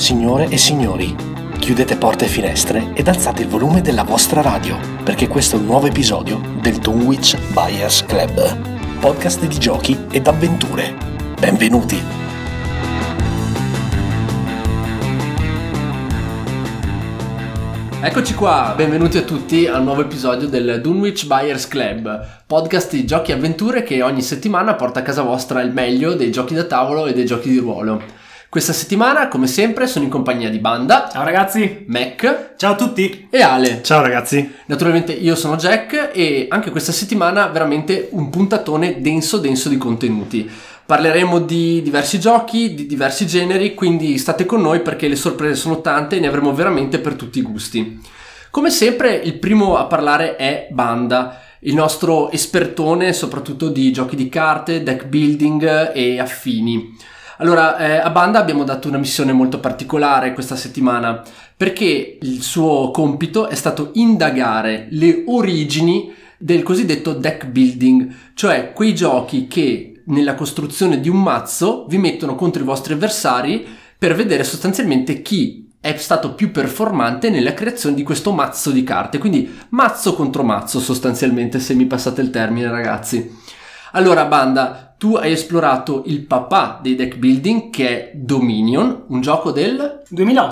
Signore e signori, chiudete porte e finestre ed alzate il volume della vostra radio, perché questo è un nuovo episodio del Dunwich Buyers Club, podcast di giochi ed avventure. Benvenuti! Eccoci qua, benvenuti a tutti al nuovo episodio del Dunwich Buyers Club, podcast di giochi e avventure che ogni settimana porta a casa vostra il meglio dei giochi da tavolo e dei giochi di ruolo. Questa settimana, come sempre, sono in compagnia di Banda. Ciao ragazzi! Mac. Ciao a tutti! E Ale. Ciao ragazzi! Naturalmente io sono Jack e anche questa settimana veramente un puntatone denso di contenuti. Parleremo di diversi giochi, di diversi generi, quindi state con noi perché le sorprese sono tante e ne avremo veramente per tutti i gusti. Come sempre, il primo a parlare è Banda, il nostro espertone soprattutto di giochi di carte, deck building e affini. Allora, a Banda abbiamo dato una missione molto particolare questa settimana perché il suo compito è stato indagare le origini del cosiddetto deck building, cioè quei giochi che nella costruzione di un mazzo vi mettono contro i vostri avversari per vedere sostanzialmente chi è stato più performante nella creazione di questo mazzo di carte, quindi mazzo contro mazzo sostanzialmente, se mi passate il termine ragazzi. Allora Banda, tu hai esplorato il papà dei deck building che è Dominion, un gioco del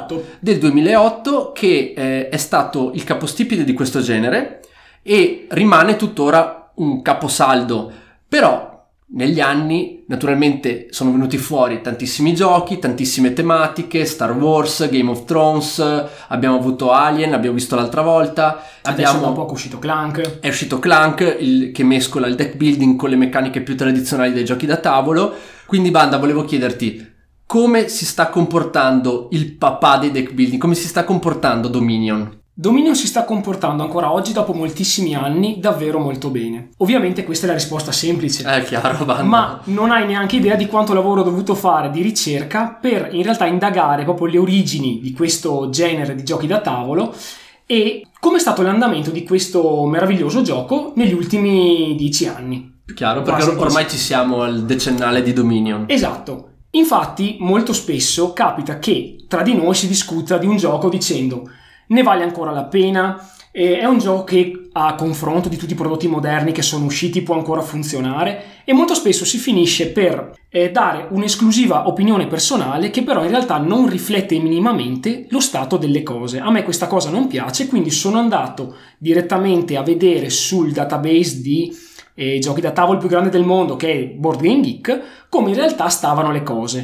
2008 che è stato il capostipite di questo genere e rimane tuttora un caposaldo, però negli anni naturalmente sono venuti fuori tantissimi giochi, tantissime tematiche, Star Wars, Game of Thrones, abbiamo avuto Alien, abbiamo visto l'altra volta. Adesso da poco è uscito Clank. È uscito Clank, che mescola il deck building con le meccaniche più tradizionali dei giochi da tavolo. Quindi Banda, volevo chiederti come si sta comportando il papà dei deck building, come si sta comportando Dominion? Dominion si sta comportando ancora oggi, dopo moltissimi anni, davvero molto bene. Ovviamente questa è la risposta semplice. È chiaro, Banda. Ma non hai neanche idea di quanto lavoro ho dovuto fare di ricerca per in realtà indagare proprio le origini di questo genere di giochi da tavolo e come è stato l'andamento di questo meraviglioso gioco negli ultimi 10 anni. Chiaro, perché ormai ci siamo al decennale di Dominion. Esatto. Infatti, molto spesso capita che tra di noi si discuta di un gioco dicendo ne vale ancora la pena? È un gioco che a confronto di tutti i prodotti moderni che sono usciti può ancora funzionare e molto spesso si finisce per dare un'esclusiva opinione personale che però in realtà non riflette minimamente lo stato delle cose. A me questa cosa non piace, quindi sono andato direttamente a vedere sul database di giochi da tavolo più grande del mondo, che è Board Game Geek, come in realtà stavano le cose.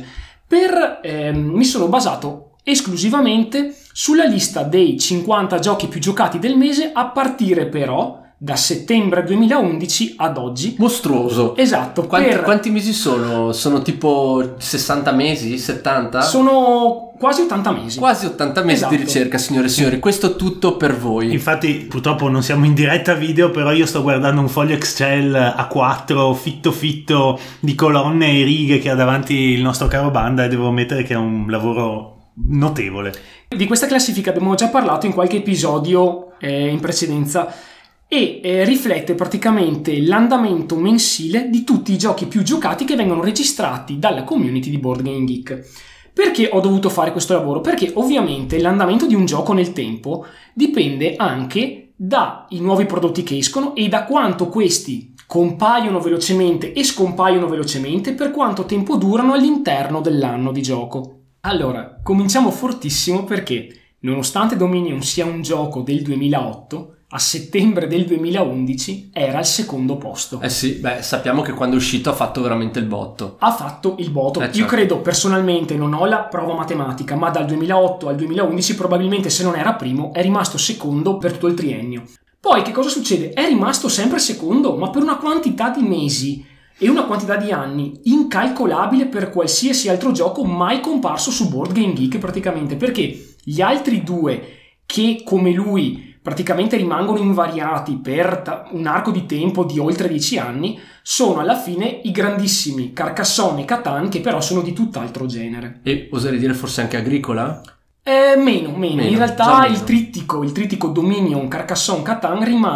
Mi sono basato esclusivamente sulla lista dei 50 giochi più giocati del mese a partire però da settembre 2011 ad oggi. Mostruoso. Esatto. Quanti mesi sono? Sono tipo 60 mesi? 70? Sono quasi 80 mesi. Quasi 80 mesi esatto. Di ricerca, signore e signori. Questo è tutto per voi. Infatti purtroppo non siamo in diretta video, però io sto guardando un foglio Excel A4 fitto di colonne e righe che ha davanti il nostro caro Banda e devo ammettere che è un lavoro notevole. Di questa classifica abbiamo già parlato in qualche episodio in precedenza e riflette praticamente l'andamento mensile di tutti i giochi più giocati che vengono registrati dalla community di Board Game Geek. Perché ho dovuto fare questo lavoro? Perché ovviamente l'andamento di un gioco nel tempo dipende anche dai nuovi prodotti che escono e da quanto questi compaiono velocemente e scompaiono velocemente, per quanto tempo durano all'interno dell'anno di gioco. Allora, cominciamo fortissimo perché, nonostante Dominion sia un gioco del 2008, a settembre del 2011 era al secondo posto. Sì, sappiamo che quando è uscito ha fatto veramente il botto. Ha fatto il botto. Certo. Io credo personalmente, non ho la prova matematica, ma dal 2008 al 2011 probabilmente se non era primo è rimasto secondo per tutto il triennio. Poi che cosa succede? È rimasto sempre secondo, ma per una quantità di mesi e una quantità di anni incalcolabile per qualsiasi altro gioco mai comparso su Board Game Geek praticamente, perché gli altri due che come lui praticamente rimangono invariati per un arco di tempo di oltre 10 anni sono alla fine i grandissimi Carcassonne e Catan, che però sono di tutt'altro genere. E oserei dire forse anche Agricola? Meno. In realtà il trittico Dominion, Carcassonne, Catan rimane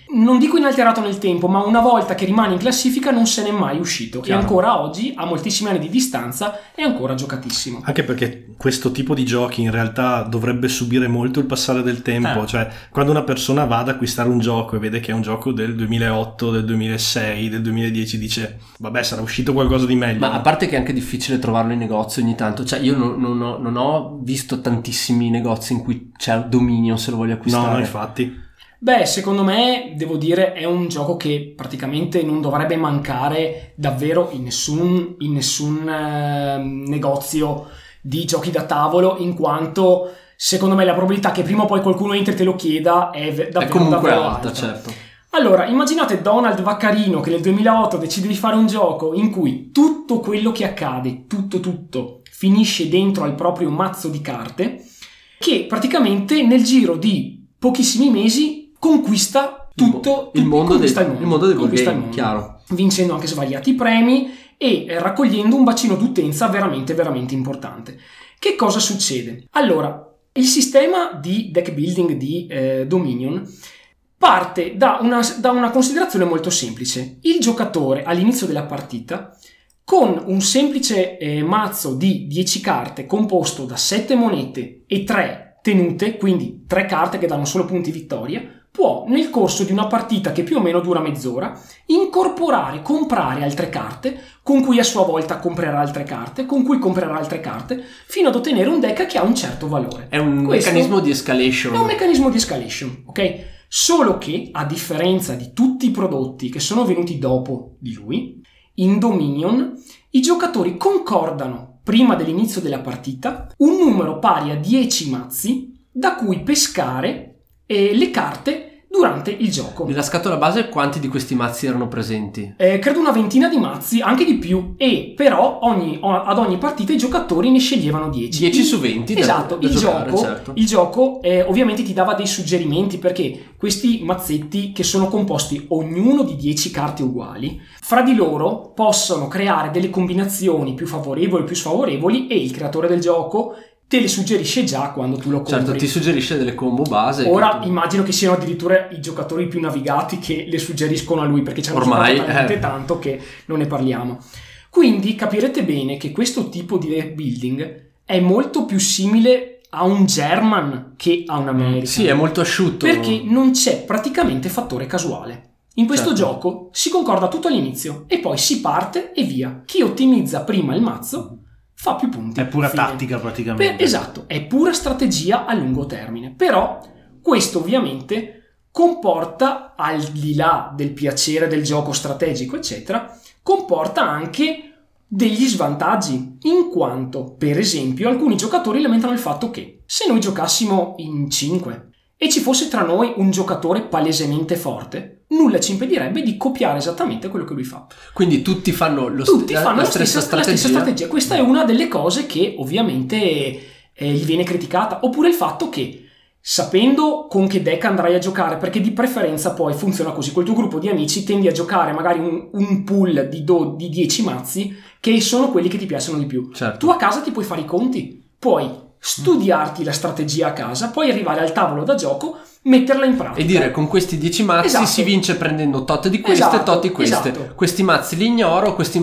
non dico inalterato nel tempo, ma una volta che rimane in classifica non se n'è mai uscito. Chiaro. E ancora oggi, a moltissimi anni di distanza, è ancora giocatissimo. Anche perché questo tipo di giochi in realtà dovrebbe subire molto il passare del tempo. Cioè, quando una persona va ad acquistare un gioco e vede che è un gioco del 2008, del 2006, del 2010, dice vabbè, sarà uscito qualcosa di meglio. Ma a parte che è anche difficile trovarlo in negozio ogni tanto, cioè io non ho visto tantissimi negozi in cui c'è Dominion se lo voglio acquistare. No, infatti. Beh, secondo me, devo dire, è un gioco che praticamente non dovrebbe mancare davvero in nessun negozio di giochi da tavolo, in quanto secondo me la probabilità che prima o poi qualcuno entri e te lo chieda è comunque davvero alta, certo. Allora, immaginate Donald Vaccarino che nel 2008 decide di fare un gioco in cui tutto quello che accade, tutto, finisce dentro al proprio mazzo di carte, che praticamente nel giro di pochissimi mesi conquista tutto il mondo del board game, chiaro, vincendo anche svariati premi e raccogliendo un bacino d'utenza veramente importante. Che cosa succede? Allora, il sistema di deck building di Dominion parte da una considerazione molto semplice. Il giocatore all'inizio della partita, con un semplice mazzo di 10 carte composto da 7 monete e 3 tenute, quindi 3 carte che danno solo punti vittoria, può nel corso di una partita che più o meno dura mezz'ora comprare altre carte, con cui a sua volta comprerà altre carte, con cui comprerà altre carte, fino ad ottenere un deck che ha un certo valore. È un meccanismo di escalation. È un meccanismo di escalation, ok? Solo che, a differenza di tutti i prodotti che sono venuti dopo di lui, in Dominion i giocatori concordano prima dell'inizio della partita un numero pari a 10 mazzi da cui pescare le carte durante il gioco. Nella scatola base quanti di questi mazzi erano presenti? Credo una ventina di mazzi, anche di più, e però ad ogni partita i giocatori ne sceglievano 10. 10 su 20 esatto, da giocare, certo. Il gioco ovviamente ti dava dei suggerimenti, perché questi mazzetti, che sono composti ognuno di 10 carte uguali, fra di loro possono creare delle combinazioni più favorevoli o più sfavorevoli, e il creatore del gioco te le suggerisce già quando tu lo compri. Certo, ti suggerisce delle combo base. Ora immagino che siano addirittura i giocatori più navigati che le suggeriscono a lui, perché ci hanno ormai giocato talmente tanto che non ne parliamo. Quindi capirete bene che questo tipo di deck building è molto più simile a un German che a un American. Sì, è molto asciutto. Perché non c'è praticamente fattore casuale. In questo gioco si concorda tutto all'inizio e poi si parte e via. Chi ottimizza prima il mazzo fa più punti. È pura tattica praticamente. Esatto, è pura strategia a lungo termine. Però questo ovviamente comporta, al di là del piacere del gioco strategico eccetera, comporta anche degli svantaggi, in quanto per esempio alcuni giocatori lamentano il fatto che se noi giocassimo in 5 e ci fosse tra noi un giocatore palesemente forte, nulla ci impedirebbe di copiare esattamente quello che lui fa. Quindi tutti fanno la stessa strategia. Questa è una delle cose che ovviamente gli viene criticata. Oppure il fatto che, sapendo con che deck andrai a giocare, perché di preferenza poi funziona così, col tuo gruppo di amici tendi a giocare magari un pool di 10 mazzi che sono quelli che ti piacciono di più. Certo. Tu a casa ti puoi fare i conti, puoi studiarti la strategia a casa, poi arrivare al tavolo da gioco, metterla in pratica e dire: con questi 10 mazzi si vince prendendo tot di queste e tot di queste. Questi mazzi li ignoro, questi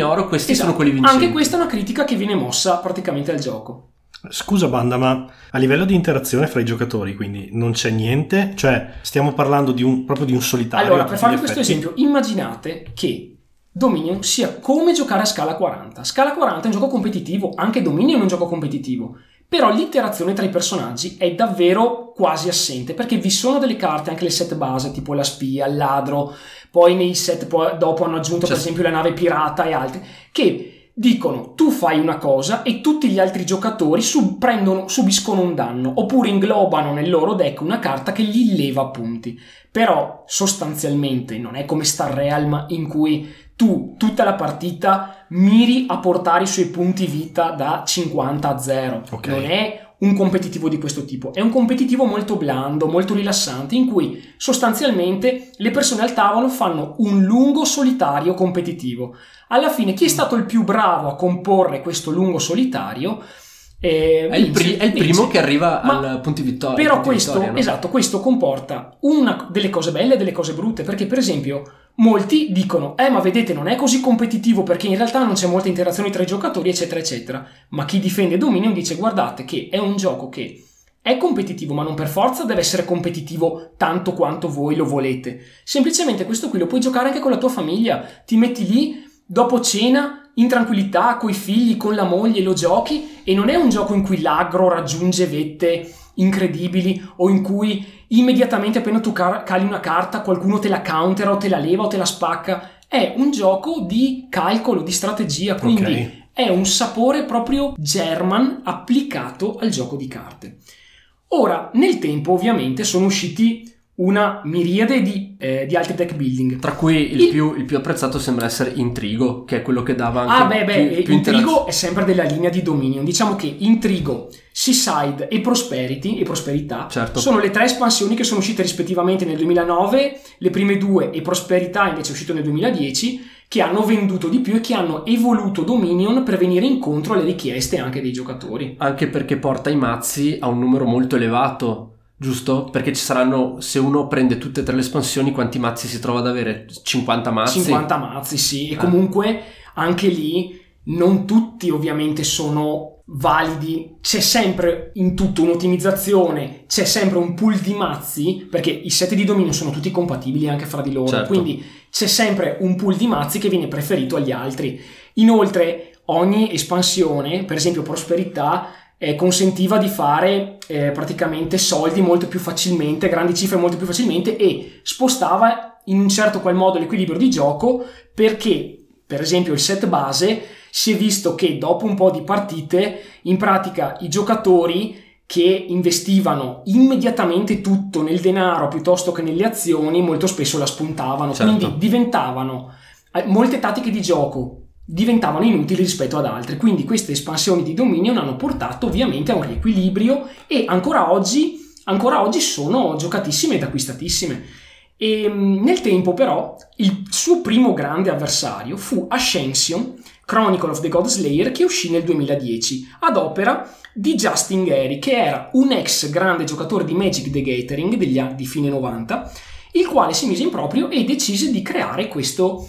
sono quelli vincenti. Anche questa è una critica che viene mossa praticamente al gioco. Scusa Banda, ma a livello di interazione fra i giocatori quindi non c'è niente? Cioè stiamo parlando proprio di un solitario? Allora, per farvi questo esempio, immaginate che Dominion sia come giocare a Scala 40. Scala 40 è un gioco competitivo, anche Dominion è un gioco competitivo, però l'interazione tra i personaggi è davvero quasi assente, perché vi sono delle carte, anche le set base, tipo la spia, il ladro, poi nei set dopo hanno aggiunto per esempio la nave pirata e altri, che dicono tu fai una cosa e tutti gli altri giocatori subiscono un danno, oppure inglobano nel loro deck una carta che gli leva punti. Però sostanzialmente non è come Star Realm, in cui tu tutta la partita miri a portare i suoi punti vita da 50 a 0. Okay. Non è un competitivo di questo tipo, è un competitivo molto blando, molto rilassante, in cui sostanzialmente le persone al tavolo fanno un lungo solitario competitivo. Alla fine chi è stato il più bravo a comporre questo lungo solitario È il primo che arriva al punto di vittoria. Però questo comporta una delle cose belle e delle cose brutte, perché per esempio molti dicono ma vedete non è così competitivo perché in realtà non c'è molta interazione tra i giocatori eccetera eccetera, ma chi difende Dominion dice guardate che è un gioco che è competitivo ma non per forza deve essere competitivo tanto quanto voi lo volete, semplicemente questo qui lo puoi giocare anche con la tua famiglia, ti metti lì dopo cena in tranquillità coi figli, con la moglie, lo giochi, e non è un gioco in cui l'aggro raggiunge vette incredibili o in cui immediatamente appena tu cali una carta qualcuno te la countera o te la leva o te la spacca. È un gioco di calcolo, di strategia, quindi è un sapore proprio German applicato al gioco di carte. Ora, nel tempo ovviamente sono usciti una miriade di altri deck building, tra cui il più apprezzato sembra essere Intrigo, che è quello che dava anche più Intrigo è sempre della linea di Dominion. Diciamo che Intrigo, Seaside e Prosperità certo. sono le 3 espansioni che sono uscite rispettivamente nel 2009, le prime 2, e Prosperità invece è uscito nel 2010, che hanno venduto di più e che hanno evoluto Dominion per venire incontro alle richieste anche dei giocatori, anche perché porta i mazzi a un numero molto elevato. Giusto? Perché ci saranno, se uno prende tutte e 3 le espansioni, quanti mazzi si trova ad avere? 50 mazzi? 50 mazzi, sì. E comunque anche lì non tutti ovviamente sono validi. C'è sempre in tutto un'ottimizzazione, c'è sempre un pool di mazzi, perché i set di dominio sono tutti compatibili anche fra di loro. Certo. Quindi c'è sempre un pool di mazzi che viene preferito agli altri. Inoltre ogni espansione, per esempio Prosperità, consentiva di fare praticamente soldi molto più facilmente, grandi cifre molto più facilmente, e spostava in un certo qual modo l'equilibrio di gioco, perché per esempio il set base si è visto che dopo un po' di partite in pratica i giocatori che investivano immediatamente tutto nel denaro piuttosto che nelle azioni molto spesso la spuntavano, certo. Quindi diventavano molte tattiche di gioco diventavano inutili rispetto ad altre, quindi queste espansioni di Dominion hanno portato ovviamente a un riequilibrio e ancora oggi sono giocatissime ed acquistatissime. E nel tempo però il suo primo grande avversario fu Ascension Chronicle of the Godslayer, che uscì nel 2010 ad opera di Justin Gary, che era un ex grande giocatore di Magic the Gathering degli anni di fine 90, il quale si mise in proprio e decise di creare questo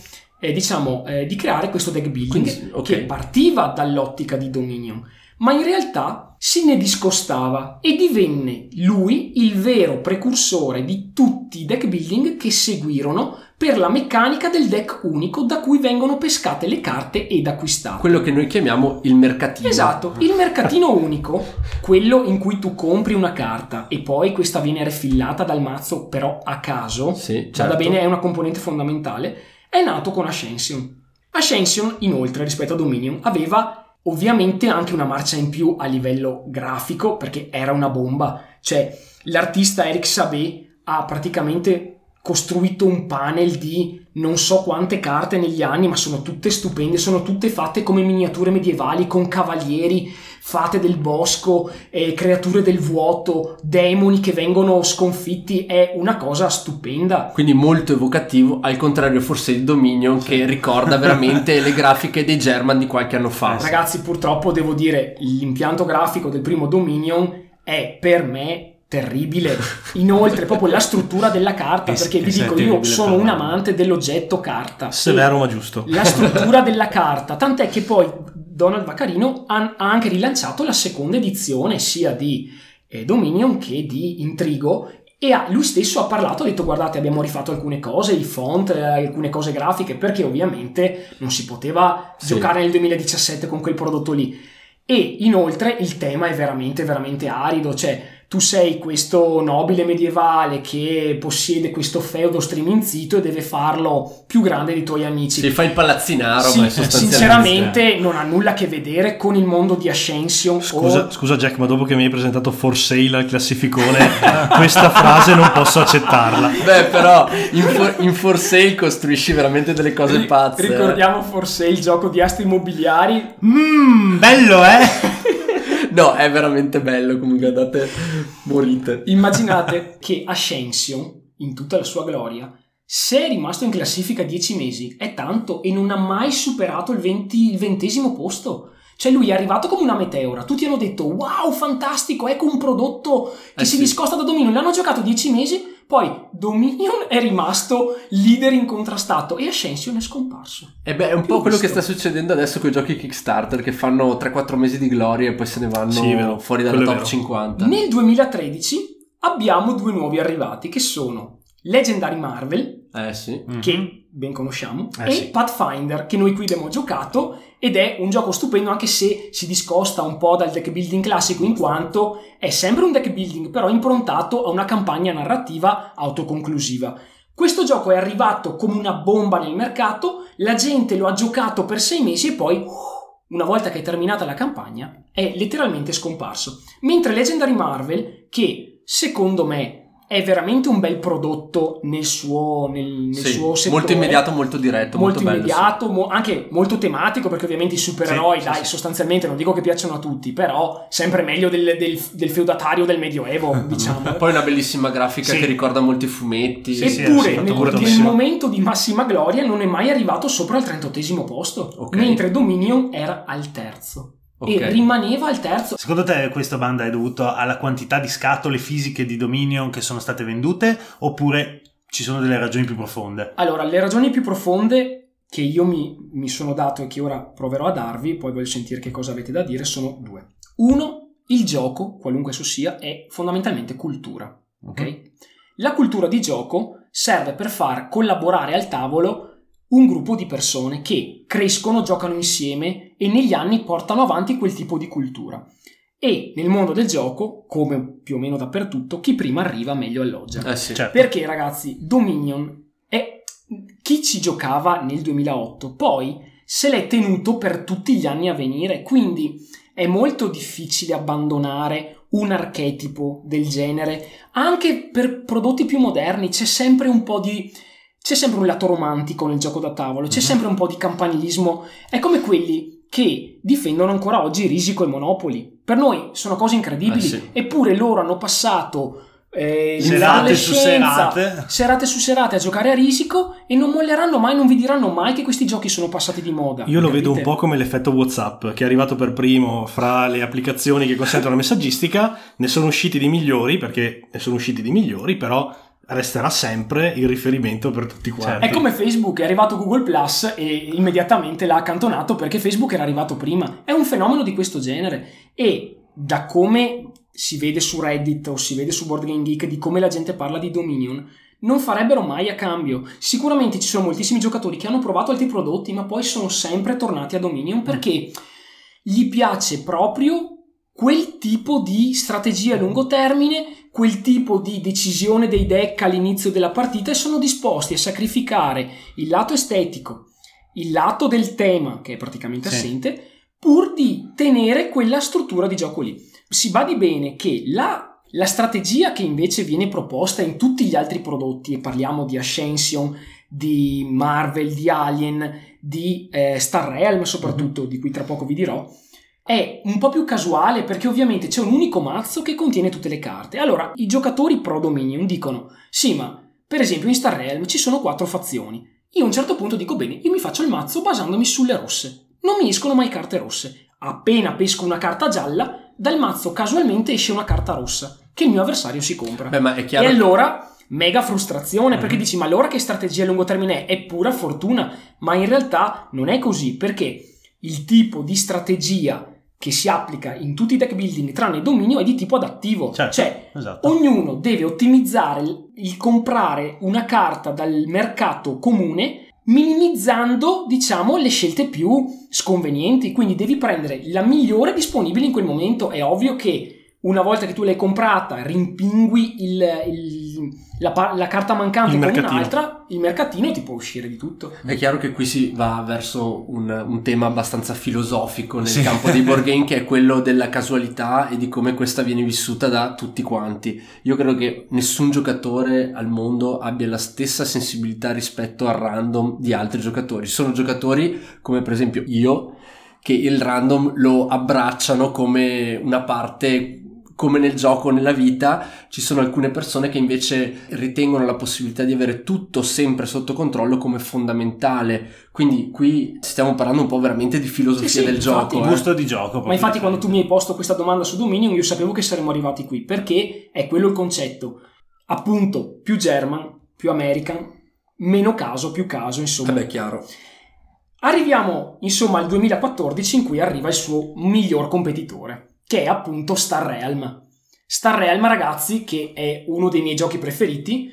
deck building. Quindi, che partiva dall'ottica di Dominion, ma in realtà se ne discostava e divenne lui il vero precursore di tutti i deck building che seguirono per la meccanica del deck unico da cui vengono pescate le carte ed acquistate. Quello che noi chiamiamo il mercatino. Esatto, il mercatino unico, quello in cui tu compri una carta e poi questa viene refillata dal mazzo però a caso, sì, certo. Vada bene, è una componente fondamentale, è nato con Ascension. Ascension, inoltre, rispetto a Dominion, aveva ovviamente anche una marcia in più a livello grafico, perché era una bomba. Cioè, l'artista Eric Sabé ha praticamente costruito un panel di non so quante carte negli anni, ma sono tutte stupende, sono tutte fatte come miniature medievali, con cavalieri, fate del bosco, creature del vuoto, demoni che vengono sconfitti. È una cosa stupenda. Quindi molto evocativo, al contrario forse di Dominion, sì, che ricorda veramente le grafiche dei German di qualche anno fa. Ragazzi, purtroppo devo dire, l'impianto grafico del primo Dominion è per me terribile. Inoltre proprio la struttura della carta, perché vi dico, io sono un amante dell'oggetto carta, severo ma giusto, la struttura della carta, tant'è che poi Donald Vaccarino ha anche rilanciato la seconda edizione sia di Dominion che di Intrigo, e lui stesso ha parlato, ha detto guardate, abbiamo rifatto alcune cose, i font, alcune cose grafiche, perché ovviamente non si poteva giocare nel 2017 con quel prodotto lì. E inoltre il tema è veramente veramente arido, cioè tu sei questo nobile medievale che possiede questo feudo striminzito e deve farlo più grande dei tuoi amici. Si fa il palazzinaro, sì, ma sostanzialmente sinceramente non ha nulla a che vedere con il mondo di Ascension. Scusa Jack, ma dopo che mi hai presentato For Sale al classificone questa frase non posso accettarla. Beh, però in For Sale costruisci veramente delle cose pazze. Ricordiamo For Sale, il gioco di astri immobiliari. Bello, No, è veramente bello, comunque andate, morite. Immaginate che Ascension, in tutta la sua gloria, se è rimasto in classifica 10 mesi, è tanto, e non ha mai superato il 20° posto. Cioè lui è arrivato come una meteora, tutti hanno detto wow fantastico, ecco un prodotto che si discosta da Dominion, l'hanno giocato 10 mesi, poi Dominion è rimasto leader incontrastato e Ascension è scomparso. E beh, è un po' quello che sta succedendo adesso con i giochi Kickstarter che fanno 3-4 mesi di gloria e poi se ne vanno fuori dalla top 50. Nel 2013 abbiamo 2 nuovi arrivati che sono Legendary Marvel, che ben conosciamo, e Pathfinder, che noi qui abbiamo giocato ed è un gioco stupendo anche se si discosta un po' dal deck building classico in quanto è sempre un deck building però improntato a una campagna narrativa autoconclusiva. Questo gioco è arrivato come una bomba nel mercato, la gente lo ha giocato per 6 mesi e poi una volta che è terminata la campagna è letteralmente scomparso. Mentre Legendary Marvel, che secondo me è veramente un bel prodotto nel suo settore. Molto immediato, molto diretto, molto immediato, bello, anche molto tematico, perché ovviamente i supereroi, sostanzialmente non dico che piacciono a tutti, però sempre meglio del feudatario del Medioevo, diciamo. Poi una bellissima grafica che ricorda molti fumetti. Eppure nel momento di massima gloria non è mai arrivato sopra il 38esimo posto, mentre Dominion era al terzo. E rimaneva al terzo. Secondo te questa banda è dovuta alla quantità di scatole fisiche di Dominion che sono state vendute oppure ci sono delle ragioni più profonde? Allora, le ragioni più profonde che io mi sono dato e che ora proverò a darvi, poi voglio sentire che cosa avete da dire, sono 2. 1, il gioco, qualunque esso sia, è fondamentalmente cultura. Ok? La cultura di gioco serve per far collaborare al tavolo un gruppo di persone che crescono, giocano insieme e negli anni portano avanti quel tipo di cultura. E nel mondo del gioco, come più o meno dappertutto, chi prima arriva meglio alloggia. Certo. Perché ragazzi, Dominion è chi ci giocava nel 2008, poi se l'è tenuto per tutti gli anni a venire, quindi è molto difficile abbandonare un archetipo del genere. Anche per prodotti più moderni c'è sempre un lato romantico nel gioco da tavolo, c'è sempre un po' di campanilismo. È come quelli che difendono ancora oggi Risico e Monopoly. Per noi sono cose incredibili, eppure loro hanno passato serate su serate a giocare a Risico e non molleranno mai, non vi diranno mai che questi giochi sono passati di moda. Io lo vedo un po' come l'effetto WhatsApp, che è arrivato per primo fra le applicazioni che consentono la messaggistica. Ne sono usciti di migliori, però resterà sempre il riferimento per tutti quanti. È come Facebook, è arrivato Google Plus e immediatamente l'ha accantonato perché Facebook era arrivato prima. È un fenomeno di questo genere e da come si vede su Reddit o si vede su Board Game Geek di come la gente parla di Dominion, non farebbero mai a cambio. Sicuramente ci sono moltissimi giocatori che hanno provato altri prodotti ma poi sono sempre tornati a Dominion perché gli piace proprio quel tipo di strategia a lungo termine, quel tipo di decisione dei deck all'inizio della partita e sono disposti a sacrificare il lato estetico, il lato del tema che è praticamente assente, pur di tenere quella struttura di gioco lì. Si badi bene che la strategia che invece viene proposta in tutti gli altri prodotti, e parliamo di Ascension, di Marvel, di Alien, di Star Realm soprattutto, di cui tra poco vi dirò, è un po' più casuale perché ovviamente c'è un unico mazzo che contiene tutte le carte. Allora, i giocatori pro Dominion dicono sì, ma per esempio in Star Realm ci sono 4 fazioni. Io a un certo punto dico bene, io mi faccio il mazzo basandomi sulle rosse. Non mi escono mai carte rosse. Appena pesco una carta gialla, dal mazzo casualmente esce una carta rossa che il mio avversario si compra. Beh, ma è chiaro. E allora mega frustrazione perché dici ma allora che strategia a lungo termine è pura fortuna, ma in realtà non è così perché il tipo di strategia che si applica in tutti i deck building tranne Dominio è di tipo adattivo, ognuno deve ottimizzare il comprare una carta dal mercato comune minimizzando diciamo le scelte più sconvenienti, quindi devi prendere la migliore disponibile in quel momento. È ovvio che una volta che tu l'hai comprata rimpingui la carta mancante con un'altra, il mercatino ti può uscire di tutto. È chiaro che qui si va verso un tema abbastanza filosofico nel campo dei board game, che è quello della casualità e di come questa viene vissuta da tutti quanti. Io credo che nessun giocatore al mondo abbia la stessa sensibilità rispetto al random di altri giocatori. Sono giocatori come per esempio io che il random lo abbracciano come una parte come nel gioco o nella vita, ci sono alcune persone che invece ritengono la possibilità di avere tutto sempre sotto controllo come fondamentale. Quindi qui stiamo parlando un po' veramente di filosofia del infatti, gioco. Gusto di gioco. Ma infatti quando tu mi hai posto questa domanda su Dominion io sapevo che saremmo arrivati qui, perché è quello il concetto. Appunto, più German, più American, meno caso, più caso, insomma. Vabbè, chiaro. Arriviamo insomma al 2014 in cui arriva il suo miglior competitore, che è appunto Star Realm. Star Realm, ragazzi, che è uno dei miei giochi preferiti,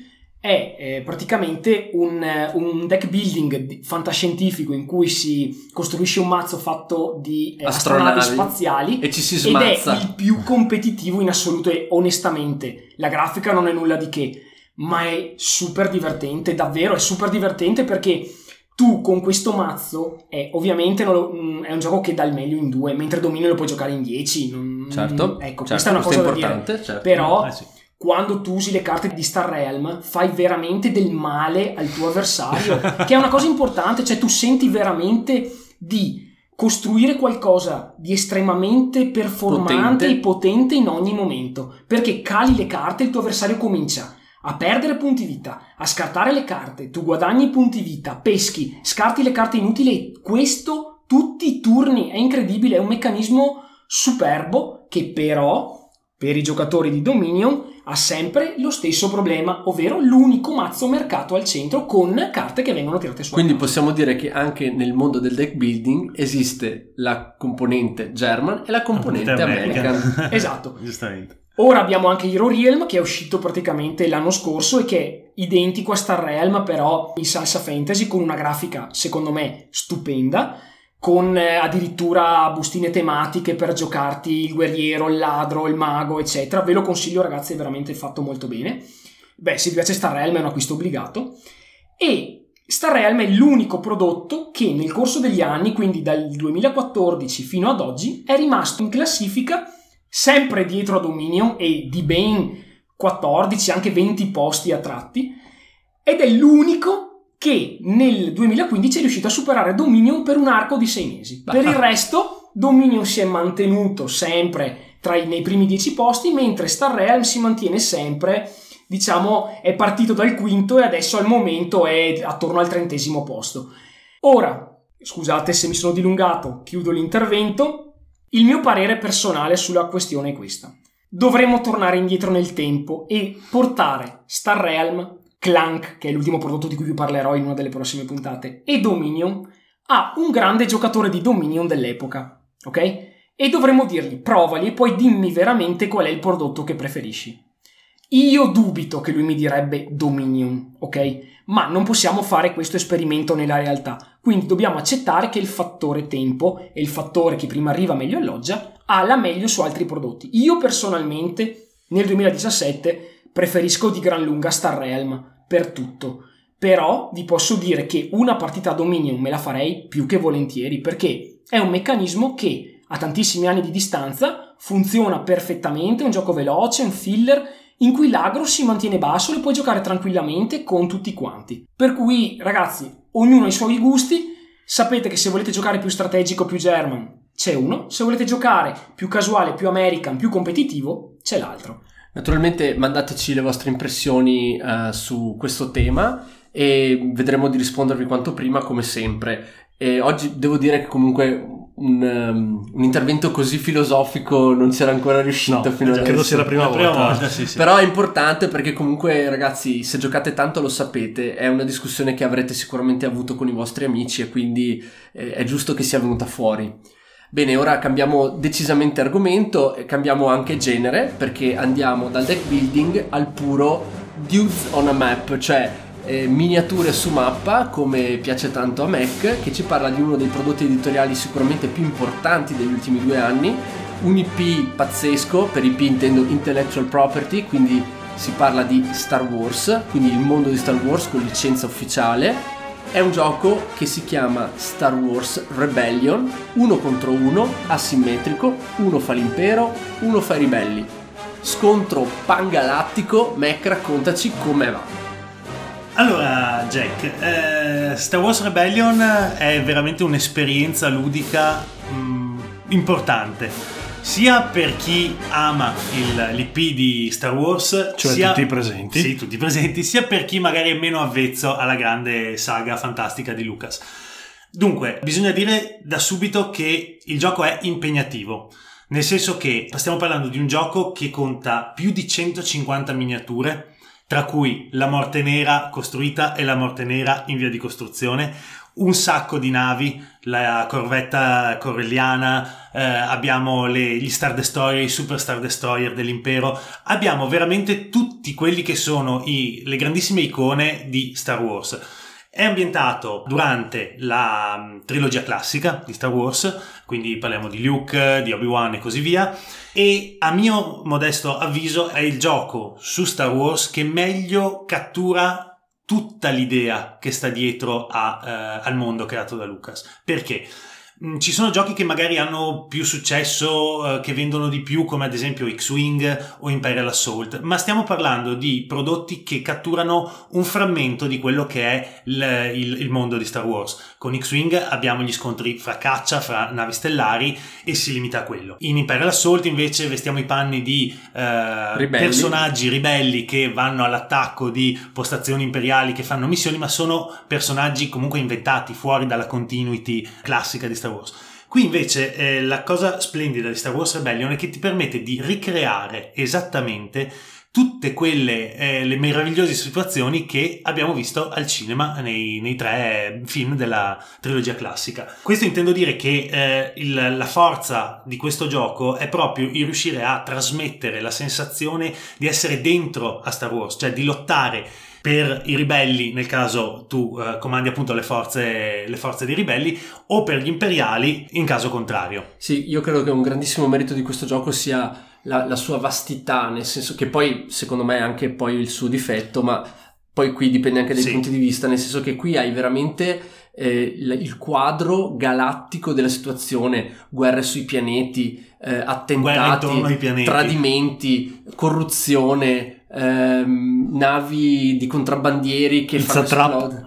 è praticamente un deck building fantascientifico in cui si costruisce un mazzo fatto di astronavi spaziali e ci si ed smazza. è il più competitivo in assoluto, e onestamente la grafica non è nulla di che, ma è super divertente, davvero è super divertente, perché tu con questo mazzo ovviamente è un gioco che dà il meglio in 2, mentre Dominion lo puoi giocare in 10. Certo, ecco, certo, questa è una cosa da importante, dire. certo. Però Sì. quando tu usi le carte di Star Realm fai veramente del male al tuo avversario, che è una cosa importante, cioè tu senti veramente di costruire qualcosa di estremamente performante e potente in ogni momento, perché cali le carte e il tuo avversario comincia a perdere punti vita, a scartare le carte, tu guadagni punti vita, peschi, scarti le carte inutili, e questo tutti i turni, è incredibile, è un meccanismo superbo che però per i giocatori di Dominion ha sempre lo stesso problema, ovvero l'unico mazzo mercato al centro con carte che vengono tirate su. Quindi possiamo dire che anche nel mondo del deck building esiste la componente German e la componente American. Esatto. Giustamente. Ora abbiamo anche Hero Realm, che è uscito praticamente l'anno scorso e che è identico a Star Realm però in salsa fantasy, con una grafica secondo me stupenda, con addirittura bustine tematiche per giocarti il guerriero, il ladro, il mago, eccetera. Ve lo consiglio, ragazzi, è veramente fatto molto bene. Beh, se vi piace Star Realm è un acquisto obbligato. E Star Realm è l'unico prodotto che nel corso degli anni, quindi dal 2014 fino ad oggi, è rimasto in classifica sempre dietro a Dominion e di ben 14, anche 20 posti a tratti, ed è l'unico che nel 2015 è riuscito a superare Dominion per un arco di 6 mesi. Per il resto Dominion si è mantenuto sempre nei primi 10 posti, mentre Star Realm si mantiene sempre, diciamo, è partito dal quinto e adesso al momento è attorno al 30° posto. Ora, scusate se mi sono dilungato, chiudo l'intervento. Il mio parere personale sulla questione è questa. Dovremmo tornare indietro nel tempo e portare Star Realm, Clank, che è l'ultimo prodotto di cui vi parlerò in una delle prossime puntate, e Dominion a un grande giocatore di Dominion dell'epoca, ok? E dovremmo dirgli, provali e poi dimmi veramente qual è il prodotto che preferisci. Io dubito che lui mi direbbe Dominion, ok? Ma non possiamo fare questo esperimento nella realtà, quindi dobbiamo accettare che il fattore tempo e il fattore chi prima arriva meglio alloggia ha la meglio su altri prodotti. Io personalmente nel 2017 preferisco di gran lunga Star Realm per tutto, però vi posso dire che una partita a Dominion me la farei più che volentieri, perché è un meccanismo che a tantissimi anni di distanza funziona perfettamente, è un gioco veloce, un filler in cui l'agro si mantiene basso e lo puoi giocare tranquillamente con tutti quanti. Per cui, ragazzi, ognuno ha i suoi gusti. Sapete che se volete giocare più strategico, più German, c'è uno. Se volete giocare più casuale, più American, più competitivo, c'è l'altro. Naturalmente mandateci le vostre impressioni su questo tema e vedremo di rispondervi quanto prima, come sempre. E oggi devo dire che comunque un intervento così filosofico non c'era ancora riuscito fino adesso. Credo sia la prima volta. Sì. Però è importante perché comunque, ragazzi, se giocate tanto lo sapete, è una discussione che avrete sicuramente avuto con i vostri amici e quindi è giusto che sia venuta fuori. Bene, ora cambiamo decisamente argomento e cambiamo anche genere, perché andiamo dal deck building al puro dudes on a map, cioè miniature su mappa, come piace tanto a Mac, che ci parla di uno dei prodotti editoriali sicuramente più importanti degli ultimi 2 anni, un IP pazzesco. Per IP intendo intellectual property, quindi si parla di Star Wars, quindi il mondo di Star Wars con licenza ufficiale. È un gioco che si chiama Star Wars Rebellion, 1 contro 1, asimmetrico, uno fa l'impero, uno fa i ribelli. Scontro pangalattico. Mac, raccontaci come va. Allora, Jack, Star Wars Rebellion è veramente un'esperienza ludica importante. sia per chi ama l'IP di Star Wars, cioè sia tutti i presenti. Sì, tutti i presenti, sia per chi magari è meno avvezzo alla grande saga fantastica di Lucas. Dunque, bisogna dire da subito che il gioco è impegnativo, nel senso che stiamo parlando di un gioco che conta più di 150 miniature, tra cui la Morte Nera costruita e la Morte Nera in via di costruzione, un sacco di navi, la corvetta corelliana, abbiamo gli Star Destroyer, i Super Star Destroyer dell'impero, abbiamo veramente tutti quelli che sono le grandissime icone di Star Wars. È ambientato durante la trilogia classica di Star Wars, quindi parliamo di Luke, di Obi-Wan e così via, e a mio modesto avviso è il gioco su Star Wars che meglio cattura tutta l'idea che sta dietro al mondo creato da Lucas. Perché? Ci sono giochi che magari hanno più successo, che vendono di più, come ad esempio X-Wing o Imperial Assault, ma stiamo parlando di prodotti che catturano un frammento di quello che è il mondo di Star Wars. Con X-Wing abbiamo gli scontri fra caccia, fra navi stellari, e si limita a quello. In Imperial Assault invece vestiamo i panni di personaggi ribelli che vanno all'attacco di postazioni imperiali che fanno missioni, ma sono personaggi comunque inventati fuori dalla continuity classica di Star Wars. Qui invece la cosa splendida di Star Wars Rebellion è che ti permette di ricreare esattamente tutte quelle le meravigliose situazioni che abbiamo visto al cinema nei 3 film della trilogia classica. Questo intendo dire che la forza di questo gioco è proprio il riuscire a trasmettere la sensazione di essere dentro a Star Wars, cioè di lottare per i ribelli, nel caso tu comandi appunto le forze dei ribelli, o per gli imperiali in caso contrario. Sì, io credo che un grandissimo merito di questo gioco sia la sua vastità, nel senso che poi secondo me è anche poi il suo difetto, ma poi qui dipende anche dai punti di vista, nel senso che qui hai veramente il quadro galattico della situazione, guerre sui pianeti, attentati, tradimenti, corruzione, navi di contrabbandieri che fanno esplodere.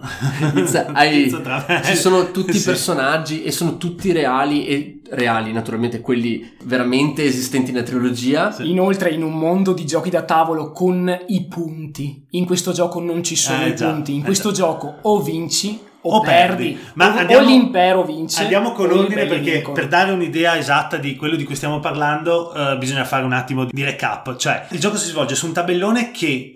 Ci sono tutti i personaggi e sono tutti reali naturalmente, quelli veramente esistenti nella trilogia. Sì. Inoltre in un mondo di giochi da tavolo con i punti, in questo gioco non ci sono i punti, in questo gioco o vinci o perdi, ma o l'impero vince. Andiamo con ordine, perché per dare un'idea esatta di quello di cui stiamo parlando bisogna fare un attimo di recap. Cioè, il gioco si svolge su un tabellone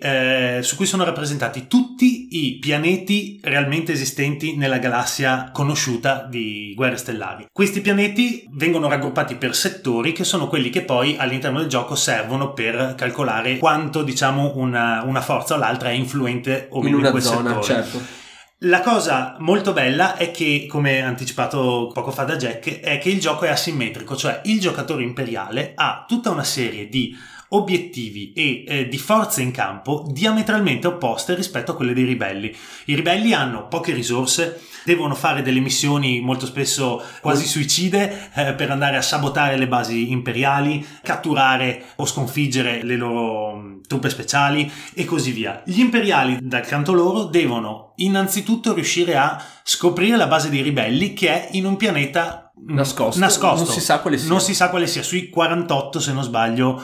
su cui sono rappresentati tutti i pianeti realmente esistenti nella galassia conosciuta di Guerre Stellari. Questi pianeti vengono raggruppati per settori, che sono quelli che poi all'interno del gioco servono per calcolare quanto, diciamo, una forza o l'altra è influente o meno in quel settore. Certo. La cosa molto bella è che, come anticipato poco fa da Jack, è che il gioco è asimmetrico, cioè il giocatore imperiale ha tutta una serie di obiettivi e di forze in campo diametralmente opposte rispetto a quelle dei ribelli. I ribelli hanno poche risorse, devono fare delle missioni molto spesso quasi suicide per andare a sabotare le basi imperiali, catturare o sconfiggere le loro truppe speciali e così via. Gli imperiali, dal canto loro, devono innanzitutto riuscire a scoprire la base dei ribelli, che è in un pianeta nascosto. Non si sa quale sia. Sui 48, se non sbaglio,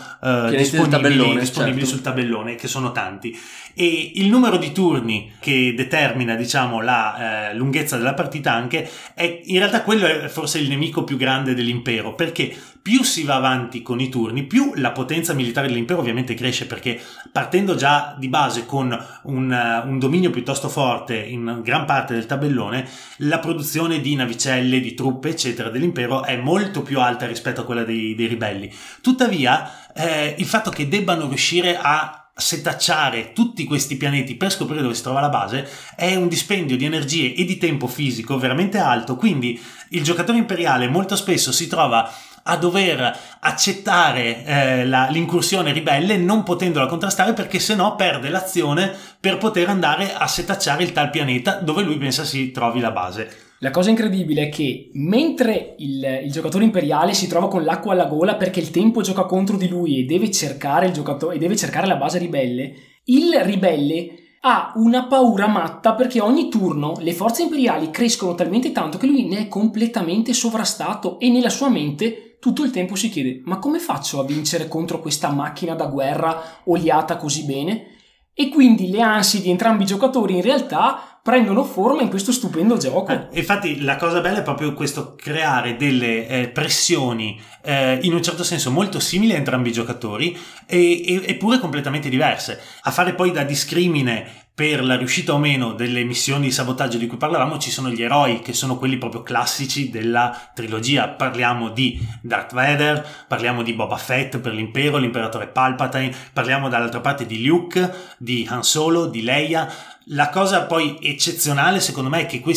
disponibili sul tabellone, che sono tanti. E il numero di turni che determina, diciamo, la lunghezza della partita anche è in realtà quello è forse il nemico più grande dell'impero, perché più si va avanti con i turni, più la potenza militare dell'impero ovviamente cresce, perché partendo già di base con un dominio piuttosto forte in gran parte del tabellone, la produzione di navicelle, di truppe eccetera dell'impero è molto più alta rispetto a quella dei ribelli. Tuttavia il fatto che debbano riuscire a setacciare tutti questi pianeti per scoprire dove si trova la base è un dispendio di energie e di tempo fisico veramente alto, quindi il giocatore imperiale molto spesso si trova a dover accettare l'incursione ribelle, non potendola contrastare, perché sennò perde l'azione per poter andare a setacciare il tal pianeta dove lui pensa si trovi la base. La cosa incredibile è che mentre il giocatore imperiale si trova con l'acqua alla gola perché il tempo gioca contro di lui e deve cercare la base ribelle, il ribelle ha una paura matta, perché ogni turno le forze imperiali crescono talmente tanto che lui ne è completamente sovrastato e nella sua mente tutto il tempo si chiede: ma come faccio a vincere contro questa macchina da guerra oliata così bene? E quindi le ansie di entrambi i giocatori in realtà prendono forma in questo stupendo gioco. Infatti la cosa bella è proprio questo, creare delle pressioni in un certo senso molto simili a entrambi i giocatori eppure completamente diverse, a fare poi da discrimine per la riuscita o meno delle missioni di sabotaggio di cui parlavamo. Ci sono gli eroi, che sono quelli proprio classici della trilogia. Parliamo di Darth Vader, parliamo di Boba Fett per l'impero, l'imperatore Palpatine, parliamo dall'altra parte di Luke, di Han Solo, di Leia. La cosa poi eccezionale secondo me è che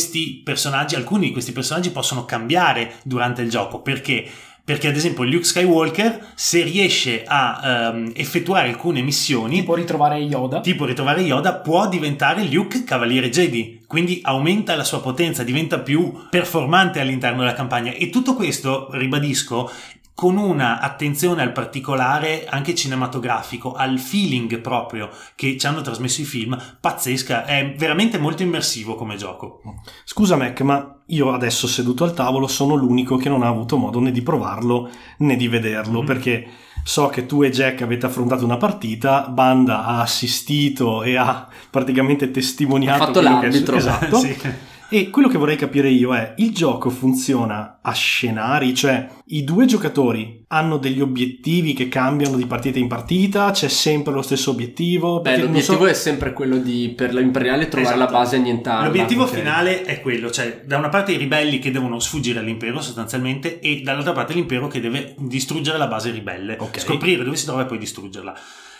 alcuni di questi personaggi possono cambiare durante il gioco. Perché ad esempio Luke Skywalker, se riesce a effettuare alcune missioni, tipo ritrovare Yoda, può diventare Luke Cavaliere Jedi, quindi aumenta la sua potenza, diventa più performante all'interno della campagna. E tutto questo, ribadisco, con una attenzione al particolare anche cinematografico, al feeling proprio che ci hanno trasmesso i film, pazzesca. È veramente molto immersivo come gioco. Scusa Mac, ma io adesso seduto al tavolo sono l'unico che non ha avuto modo né di provarlo né di vederlo, perché so che tu e Jack avete affrontato una partita, Banda ha assistito e ha praticamente testimoniato, ha fatto l'arbitro. Esatto. Sì. E quello che vorrei capire io è: il gioco funziona a scenari? Cioè, i due giocatori hanno degli obiettivi che cambiano di partita in partita? C'è sempre lo stesso obiettivo? Beh, l'obiettivo è sempre quello di, per l'imperiale, trovare la base e annientarla. L'obiettivo finale è quello, cioè da una parte i ribelli che devono sfuggire all'impero sostanzialmente, e dall'altra parte l'impero che deve distruggere la base ribelle, scoprire dove si trova e poi distruggerla.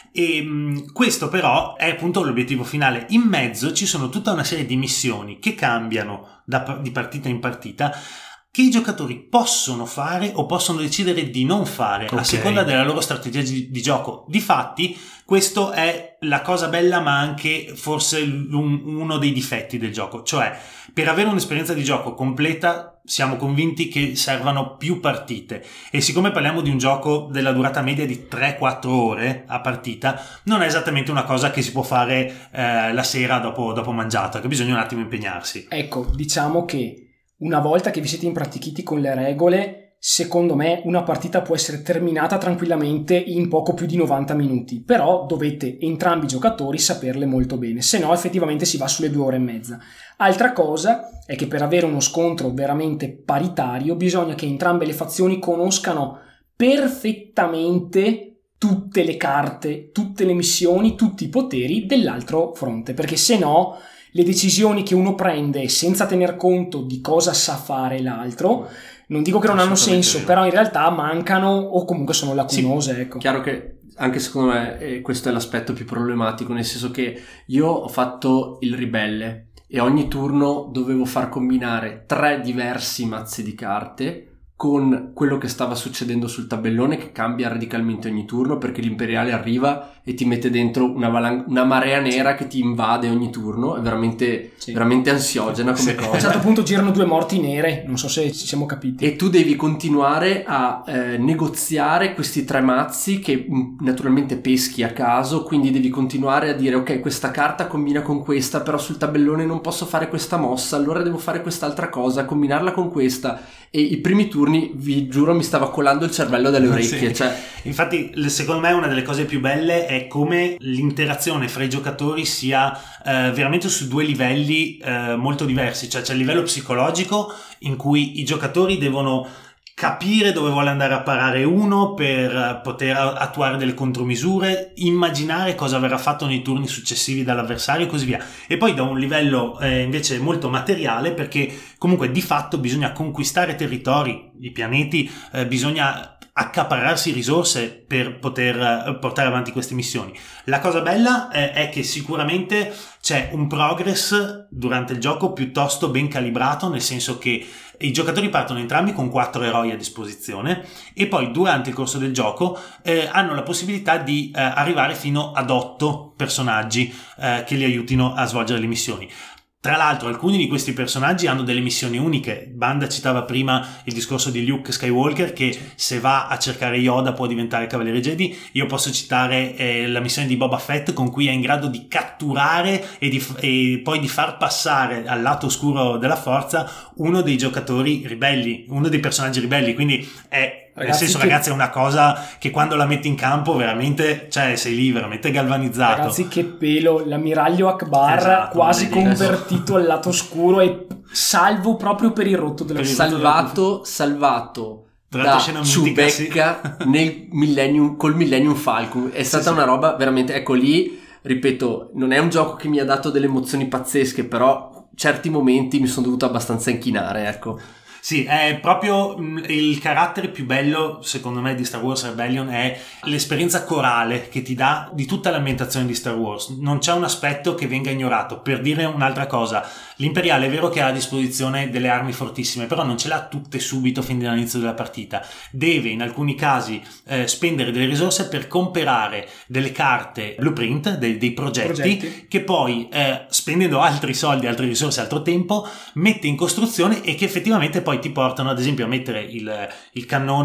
E questo però è appunto l'obiettivo finale. In mezzo ci sono tutta una serie di missioni che cambiano di partita in partita, che i giocatori possono fare o possono decidere di non fare a seconda della loro strategia di gioco. Difatti questo è la cosa bella, ma anche forse uno dei difetti del gioco. Cioè, per avere un'esperienza di gioco completa siamo convinti che servano più partite, e siccome parliamo di un gioco della durata media di 3-4 ore a partita, non è esattamente una cosa che si può fare la sera dopo mangiato, che bisogna un attimo impegnarsi. Ecco, diciamo che una volta che vi siete impratichiti con le regole, secondo me una partita può essere terminata tranquillamente in poco più di 90 minuti, però dovete entrambi i giocatori saperle molto bene, se no effettivamente si va sulle 2 ore e mezza. Altra cosa è che per avere uno scontro veramente paritario bisogna che entrambe le fazioni conoscano perfettamente tutte le carte, tutte le missioni, tutti i poteri dell'altro fronte, perché se no le decisioni che uno prende senza tener conto di cosa sa fare l'altro, non dico che non hanno senso, però in realtà mancano o comunque sono lacunose. Sì, ecco. Chiaro che anche secondo me questo è l'aspetto più problematico, nel senso che io ho fatto il ribelle e ogni turno dovevo far combinare 3 diversi mazzi di carte con quello che stava succedendo sul tabellone, che cambia radicalmente ogni turno, perché l'imperiale arriva e ti mette dentro una marea nera che ti invade ogni turno. È veramente, veramente ansiogena come cosa. A un certo punto girano 2 morti nere, non so se ci siamo capiti. E tu devi continuare a negoziare questi 3 mazzi che naturalmente peschi a caso, quindi devi continuare a dire: ok, questa carta combina con questa, però sul tabellone non posso fare questa mossa, allora devo fare quest'altra cosa, combinarla con questa. E i primi turni, vi giuro, mi stava colando il cervello dalle orecchie. Sì. Cioè, infatti secondo me una delle cose più belle è come l'interazione fra i giocatori sia veramente su 2 livelli molto diversi. Cioè c'è il livello psicologico, in cui i giocatori devono capire dove vuole andare a parare uno per poter attuare delle contromisure, immaginare cosa verrà fatto nei turni successivi dall'avversario e così via. E poi da un livello invece molto materiale, perché comunque di fatto bisogna conquistare territori, i pianeti, bisogna accaparrarsi risorse per poter portare avanti queste missioni. La cosa bella è che sicuramente c'è un progress durante il gioco piuttosto ben calibrato, nel senso che i giocatori partono entrambi con 4 eroi a disposizione, e poi durante il corso del gioco hanno la possibilità di arrivare fino ad 8 personaggi che li aiutino a svolgere le missioni. Tra l'altro alcuni di questi personaggi hanno delle missioni uniche. Banda citava prima il discorso di Luke Skywalker, che se va a cercare Yoda può diventare Cavaliere Jedi. Io posso citare la missione di Boba Fett, con cui è in grado di catturare e poi di far passare al lato oscuro della forza uno dei giocatori ribelli, uno dei personaggi ribelli, quindi è Nel senso, ragazzi, è una cosa che quando la metti in campo veramente, cioè sei lì veramente galvanizzato. Ragazzi, che pelo, l'ammiraglio Akbar, Esatto, quasi non è convertito al lato oscuro e salvo proprio per il rotto della salvato Tra da l'altro scena mitica, Chewbacca col Millennium Falcon. È stata una roba veramente, ecco lì, ripeto, non è un gioco che mi ha dato delle emozioni pazzesche, però certi momenti mi sono dovuto abbastanza inchinare, ecco. Sì, è proprio il carattere più bello, secondo me, di Star Wars Rebellion è l'esperienza corale che ti dà di tutta l'ambientazione di Star Wars. Non c'è un aspetto che venga ignorato. Per dire un'altra cosa, l'Imperiale è vero che ha a disposizione delle armi fortissime, però non ce l'ha tutte subito fin dall'inizio della partita. Deve in alcuni casi spendere delle risorse per comprare delle carte blueprint, dei progetti che poi spendendo altri soldi, altre risorse, altro tempo, mette in costruzione e che effettivamente poi ti portano ad esempio a mettere il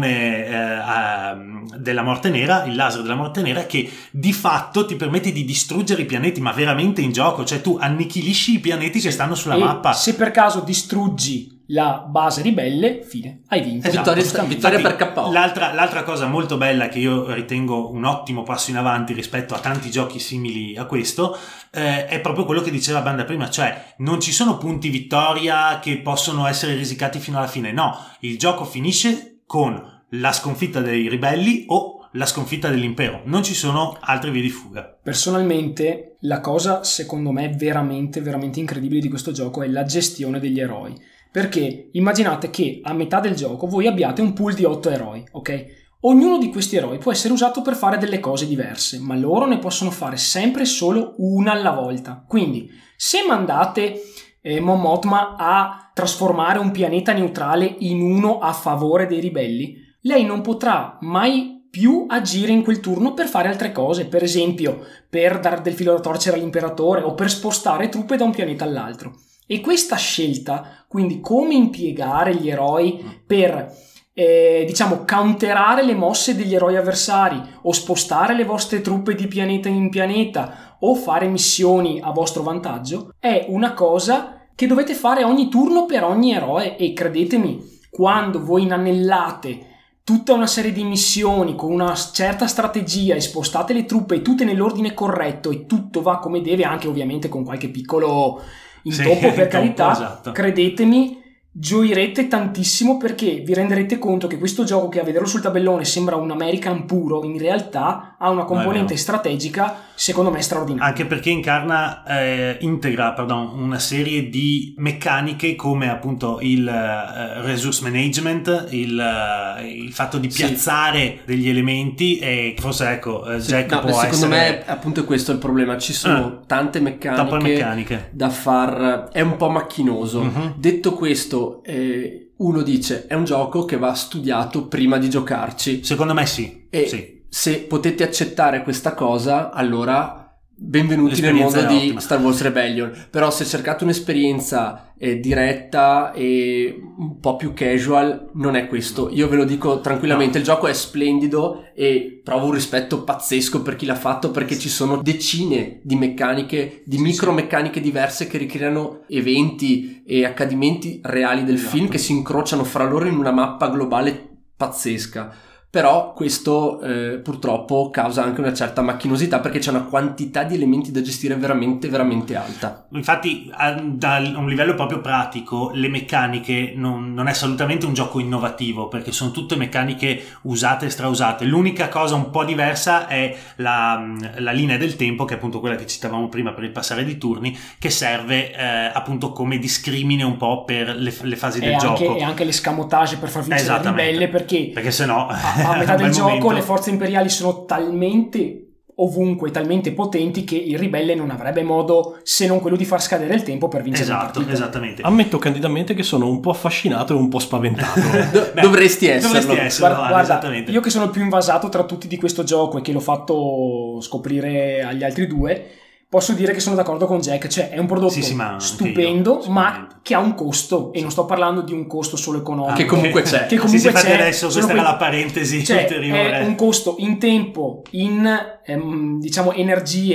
cannone della morte nera, il laser della morte nera, che di fatto ti permette di distruggere i pianeti, ma veramente in gioco, cioè tu annichilisci i pianeti che stanno sulla mappa. Se per caso distruggi la base ribelle, fine, hai vinto. Esatto, vittoria per KO. L'altra cosa molto bella che io ritengo un ottimo passo in avanti rispetto a tanti giochi simili a questo è proprio quello che diceva Banda prima, cioè non ci sono punti vittoria che possono essere risicati fino alla fine, no, il gioco finisce con la sconfitta dei ribelli o la sconfitta dell'impero, non ci sono altre vie di fuga. Personalmente la cosa secondo me veramente veramente incredibile di questo gioco è la gestione degli eroi, perché immaginate che a metà del gioco voi abbiate un pool di 8 eroi, ok? Ognuno di questi eroi può essere usato per fare delle cose diverse, ma loro ne possono fare sempre solo una alla volta. Quindi se mandate Mon Mothma a trasformare un pianeta neutrale in uno a favore dei ribelli, lei non potrà mai più agire in quel turno per fare altre cose, per esempio per dare del filo da torcere all'imperatore o per spostare truppe da un pianeta all'altro. E questa scelta, quindi come impiegare gli eroi per counterare le mosse degli eroi avversari o spostare le vostre truppe di pianeta in pianeta o fare missioni a vostro vantaggio, è una cosa che dovete fare ogni turno per ogni eroe. E credetemi, quando voi inanellate tutta una serie di missioni con una certa strategia e spostate le truppe tutte nell'ordine corretto e tutto va come deve, anche ovviamente con qualche piccolo intoppo per carità, esatto. Credetemi, gioirete tantissimo, perché vi renderete conto che questo gioco, che a vederlo sul tabellone sembra un American puro, in realtà ha una componente strategica secondo me straordinaria, anche perché integra una serie di meccaniche come appunto il resource management, il fatto di piazzare degli elementi, e forse Jack può secondo essere... me appunto è questo il problema, ci sono tante meccaniche da far, è un po' macchinoso. Detto questo, uno dice è un gioco che va studiato prima di giocarci, secondo me sì. Se potete accettare questa cosa, allora benvenuti nel mondo di Star Wars Rebellion. Però se cercate un'esperienza diretta e un po' più casual, non è questo. Io ve lo dico tranquillamente, il gioco è splendido e provo un rispetto pazzesco per chi l'ha fatto, perché ci sono decine di meccaniche, di micromeccaniche diverse che ricreano eventi e accadimenti reali del film che si incrociano fra loro in una mappa globale pazzesca. Però questo purtroppo causa anche una certa macchinosità, perché c'è una quantità di elementi da gestire veramente veramente alta. Infatti da un livello proprio pratico le meccaniche non è assolutamente un gioco innovativo, perché sono tutte meccaniche usate e strausate. L'unica cosa un po' diversa è la linea del tempo, che è appunto quella che citavamo prima per il passare di turni, che serve appunto come discrimine un po' per le fasi del gioco. E anche l'escamotage per far vincere la ribelle, perché sennò a metà del gioco le forze imperiali sono talmente ovunque, talmente potenti, che il ribelle non avrebbe modo se non quello di far scadere il tempo per vincere la partita. Esattamente. Ammetto candidamente che sono un po' affascinato e un po' spaventato. Dovresti esserlo. Guarda, esattamente. Io che sono il più invasato tra tutti di questo gioco e che l'ho fatto scoprire agli altri due, posso dire che sono d'accordo con Jack, cioè è un prodotto stupendo, ma che ha un costo, e non sto parlando di un costo solo economico, che comunque c'è. Che comunque c'è. Adesso questa era la parentesi ulteriore. È un costo in tempo, in energie,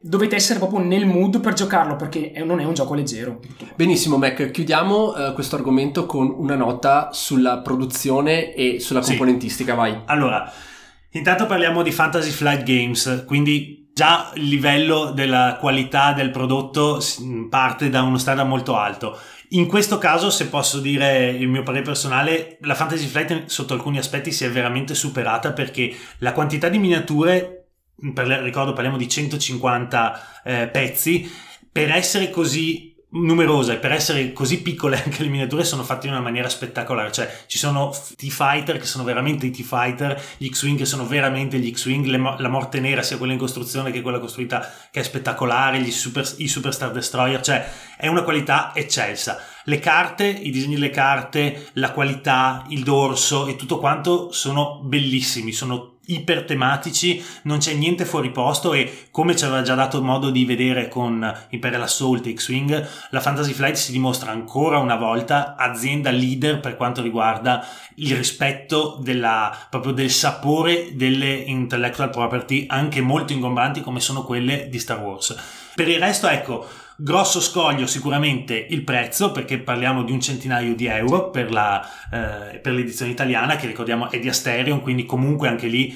dovete essere proprio nel mood per giocarlo, perché non è un gioco leggero. Benissimo Mac, chiudiamo questo argomento con una nota sulla produzione e sulla componentistica, vai. Allora, intanto parliamo di Fantasy Flight Games, quindi già il livello della qualità del prodotto parte da uno standard molto alto. In questo caso, se posso dire il mio parere personale, la Fantasy Flight sotto alcuni aspetti si è veramente superata, perché la quantità di miniature, ricordo parliamo di 150 pezzi, per essere così numerosa e per essere così piccole anche le miniature sono fatte in una maniera spettacolare. Cioè ci sono T-Fighter che sono veramente i T-Fighter, gli X-Wing che sono veramente gli X-Wing, la Morte Nera sia quella in costruzione che quella costruita, che è spettacolare, i Super Star Destroyer, cioè è una qualità eccelsa. Le carte, i disegni delle carte, la qualità, il dorso e tutto quanto sono bellissimi, sono iper tematici, non c'è niente fuori posto, e come ci aveva già dato modo di vedere con Imperial Assault e X-Wing, la Fantasy Flight si dimostra ancora una volta azienda leader per quanto riguarda il rispetto proprio del sapore delle intellectual property, anche molto ingombranti come sono quelle di Star Wars. Per il resto, ecco, grosso scoglio sicuramente il prezzo, perché parliamo di €100 per l'edizione italiana, che ricordiamo è di Asterion, quindi comunque anche lì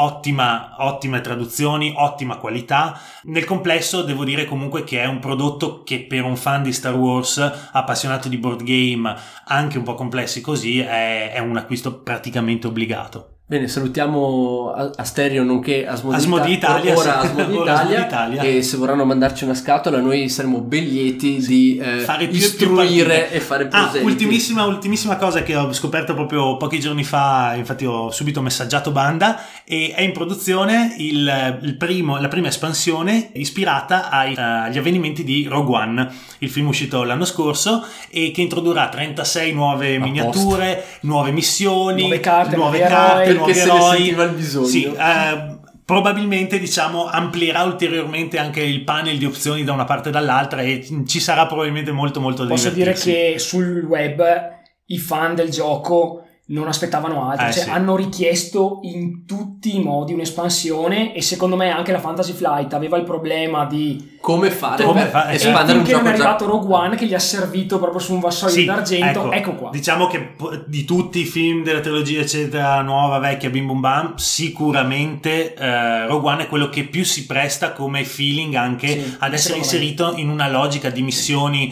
ottime traduzioni, ottima qualità. Nel complesso devo dire comunque che è un prodotto che per un fan di Star Wars, appassionato di board game anche un po' complessi così, è un acquisto praticamente obbligato. Bene, salutiamo Asterion nonché Asmodee Italia, ora Asmodee Italia, e se vorranno mandarci una scatola noi saremo ben lieti di fare istruire e fare presenti. Ultimissima cosa che ho scoperto proprio pochi giorni fa, infatti ho subito messaggiato Banda, e è in produzione la prima espansione ispirata agli avvenimenti di Rogue One, il film uscito l'anno scorso, e che introdurrà 36 nuove miniature, nuove missioni, nuove carte, nuovi perché se ne sentiva il bisogno. Sì, probabilmente amplierà ulteriormente anche il panel di opzioni da una parte e dall'altra, e ci sarà probabilmente molto da divertirsi. Posso dire che sul web i fan del gioco non aspettavano altro, hanno richiesto in tutti i modi un'espansione, e secondo me anche la Fantasy Flight aveva il problema di come fare espandere un gioco. È arrivato Rogue One che gli ha servito proprio su un vassoio d'argento. Ecco qua. Diciamo che di tutti i film della trilogia eccetera, nuova, vecchia, bim bum bam, sicuramente Rogue One è quello che più si presta come feeling anche ad essere inserito in una logica di missioni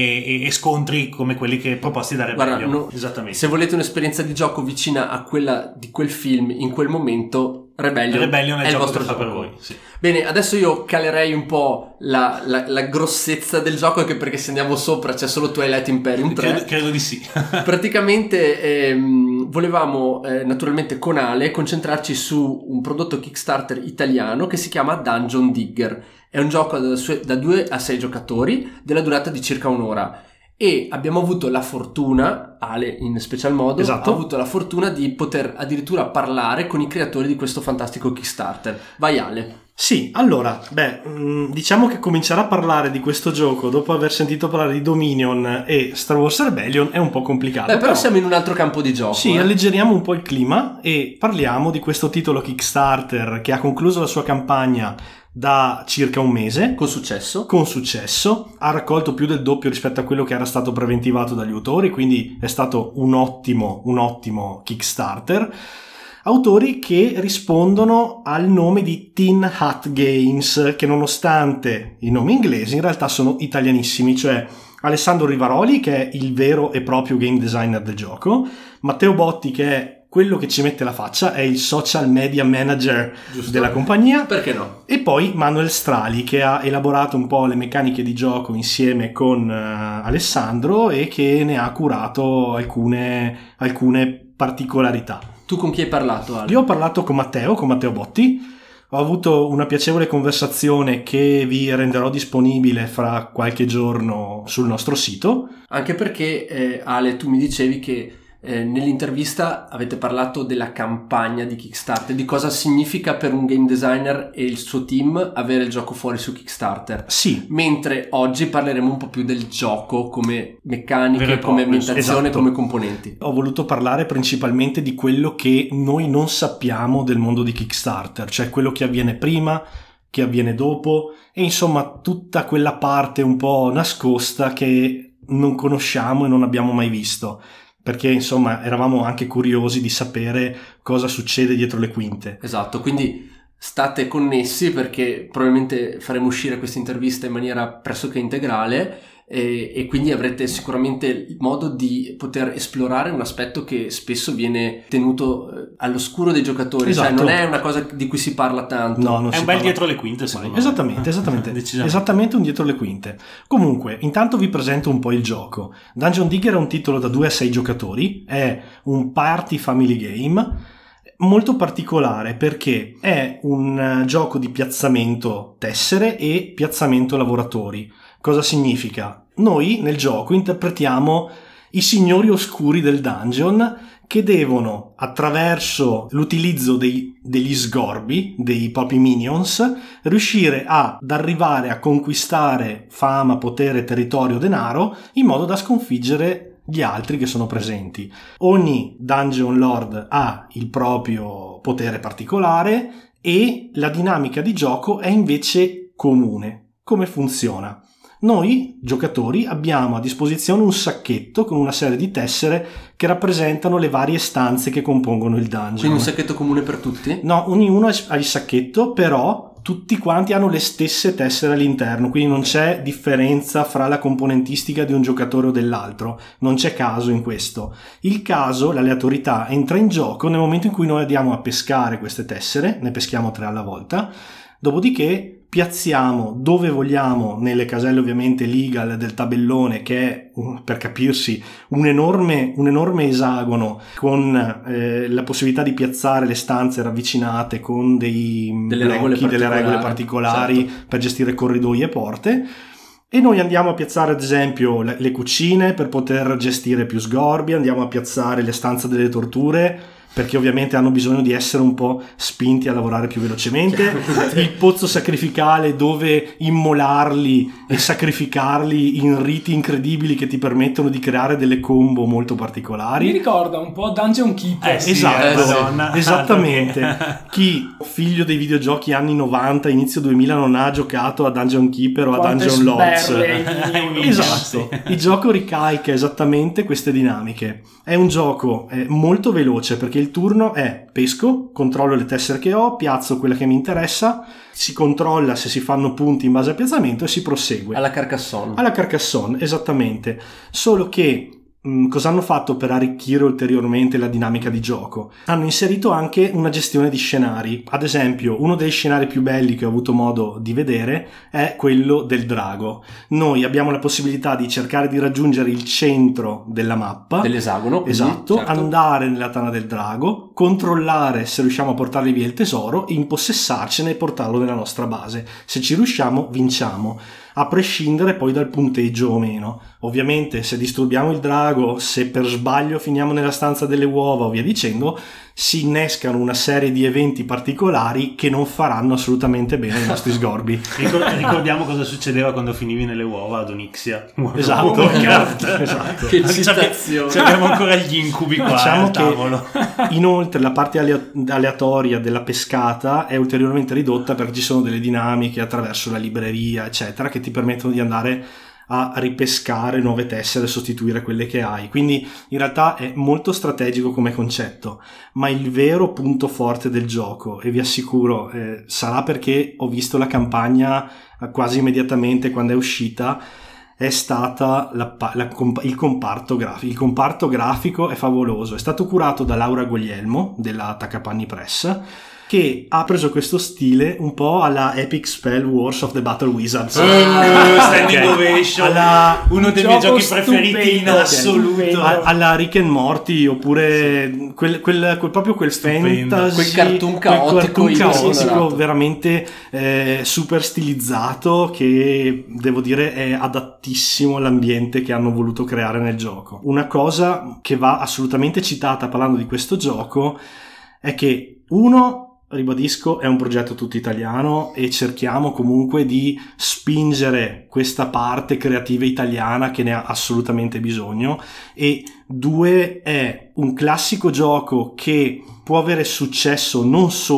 e scontri come quelli che proposti da Rebellion. Esattamente. Se volete un'esperienza di gioco vicina a quella di quel film in quel momento, Rebellion è il vostro gioco per voi. Sì. Bene, adesso io calerei un po' la grossezza del gioco, anche perché se andiamo sopra c'è solo Twilight Imperium 3. Credo di sì. Praticamente volevamo naturalmente con Ale concentrarci su un prodotto Kickstarter italiano che si chiama Dungeon Digger. È un gioco da 2 a 6 giocatori della durata di circa un'ora. E abbiamo avuto la fortuna, Ale in special modo, ha avuto la fortuna di poter addirittura parlare con i creatori di questo fantastico Kickstarter. Vai Ale. Sì, allora, diciamo che cominciare a parlare di questo gioco dopo aver sentito parlare di Dominion e Star Wars Rebellion è un po' complicato. Però siamo in un altro campo di gioco. Sì, alleggeriamo un po' il clima e parliamo di questo titolo Kickstarter che ha concluso la sua campagna da circa un mese. Con successo, ha raccolto più del doppio rispetto a quello che era stato preventivato dagli autori, quindi è stato un ottimo Kickstarter. Autori che rispondono al nome di Tin Hat Games, che nonostante i nomi inglesi in realtà sono italianissimi, cioè Alessandro Rivaroli, che è il vero e proprio game designer del gioco, Matteo Botti, che è quello che ci mette la faccia, è il social media manager della compagnia. Perché no? E poi Manuel Strali, che ha elaborato un po' le meccaniche di gioco insieme con Alessandro e che ne ha curato alcune particolarità. Tu con chi hai parlato, Ale? Io ho parlato con Matteo Botti. Ho avuto una piacevole conversazione che vi renderò disponibile fra qualche giorno sul nostro sito. Anche perché, Ale, tu mi dicevi che nell'intervista avete parlato della campagna di Kickstarter, di cosa significa per un game designer e il suo team avere il gioco fuori su Kickstarter. Sì. Mentre oggi parleremo un po' più del gioco come meccaniche, come ambientazione, come componenti. Ho voluto parlare principalmente di quello che noi non sappiamo del mondo di Kickstarter, cioè quello che avviene prima, che avviene dopo e insomma tutta quella parte un po' nascosta che non conosciamo e non abbiamo mai visto, perché insomma eravamo anche curiosi di sapere cosa succede dietro le quinte. Esatto, quindi state connessi perché probabilmente faremo uscire questa intervista in maniera pressoché integrale e quindi avrete sicuramente il modo di poter esplorare un aspetto che spesso viene tenuto all'oscuro dei giocatori. Esatto. Cioè non è una cosa di cui si parla tanto. No, non È si un bel parla dietro le quinte, secondo me. Esattamente. Decisamente. Esattamente un dietro le quinte. Comunque, intanto vi presento un po' il gioco. Dungeon Digger è un titolo da 2 a 6 giocatori, è un party family game molto particolare perché è un gioco di piazzamento tessere e piazzamento lavoratori. Cosa significa? Noi nel gioco interpretiamo i signori oscuri del dungeon che devono, attraverso l'utilizzo degli sgorbi, dei propri minions, riuscire ad arrivare a conquistare fama, potere, territorio, denaro, in modo da sconfiggere gli altri che sono presenti. Ogni Dungeon Lord ha il proprio potere particolare e la dinamica di gioco è invece comune. Come funziona? Noi, giocatori, abbiamo a disposizione un sacchetto con una serie di tessere che rappresentano le varie stanze che compongono il dungeon. Quindi un sacchetto comune per tutti? No, ognuno ha il sacchetto, però tutti quanti hanno le stesse tessere all'interno, quindi non c'è differenza fra la componentistica di un giocatore o dell'altro, non c'è caso in questo. Il caso, l'aleatorietà, entra in gioco nel momento in cui noi andiamo a pescare queste tessere, ne peschiamo 3 alla volta, dopodiché piazziamo dove vogliamo nelle caselle ovviamente legal del tabellone, che è, per capirsi, un enorme esagono con la possibilità di piazzare le stanze ravvicinate con delle regole particolari, certo, per gestire corridoi e porte. E noi andiamo a piazzare ad esempio le cucine per poter gestire più sgorbi, andiamo a piazzare le stanze delle torture perché ovviamente hanno bisogno di essere un po' spinti a lavorare più velocemente, il pozzo sacrificale dove immolarli e sacrificarli in riti incredibili che ti permettono di creare delle combo molto particolari. Mi ricorda un po' Dungeon Keeper. Esatto, esattamente. Chi, figlio dei videogiochi anni 90, inizio 2000, non ha giocato a Dungeon Keeper o a Dungeon Lords? Esatto, il gioco ricalca esattamente queste dinamiche. È un gioco molto veloce perché il turno è pesco, controllo le tessere che ho, piazzo quella che mi interessa, si controlla se si fanno punti in base al piazzamento e si prosegue. Alla Carcassonne. Alla Carcassonne, esattamente. Solo che cosa hanno fatto per arricchire ulteriormente la dinamica di gioco? Hanno inserito anche una gestione di scenari. Ad esempio, uno dei scenari più belli che ho avuto modo di vedere è quello del drago. Noi abbiamo la possibilità di cercare di raggiungere il centro della mappa, dell'esagono, esatto, certo, andare nella tana del drago, controllare se riusciamo a portargli via il tesoro, impossessarcene e portarlo nella nostra base. Se ci riusciamo, vinciamo, a prescindere poi dal punteggio o meno. Ovviamente se disturbiamo il drago, se per sbaglio finiamo nella stanza delle uova o via dicendo, si innescano una serie di eventi particolari che non faranno assolutamente bene ai nostri sgorbi. Ricordiamo cosa succedeva quando finivi nelle uova ad Onyxia. Esatto. Esatto. Che citazione. Abbiamo ancora gli incubi qua diciamo al tavolo. Inoltre la parte aleatoria della pescata è ulteriormente ridotta perché ci sono delle dinamiche attraverso la libreria eccetera che ti permettono di andare a ripescare nuove tessere e sostituire quelle che hai. Quindi in realtà è molto strategico come concetto, ma il vero punto forte del gioco, e vi assicuro sarà perché ho visto la campagna quasi immediatamente quando è uscita, è stata il comparto grafico. Il comparto grafico è favoloso, è stato curato da Laura Guglielmo della Takapanni Press, che ha preso questo stile un po' alla Epic Spell Wars of the Battle Wizards. Standing ovation, uno dei miei giochi preferiti in assoluto. Alla Rick and Morty, oppure proprio quel fantasy, quel cartoon caotico veramente super stilizzato, che devo dire è adattissimo all'ambiente che hanno voluto creare nel gioco. Una cosa che va assolutamente citata parlando di questo gioco è che ribadisco, è un progetto tutto italiano e cerchiamo comunque di spingere questa parte creativa italiana che ne ha assolutamente bisogno. E 2, è un classico gioco che può avere successo non solo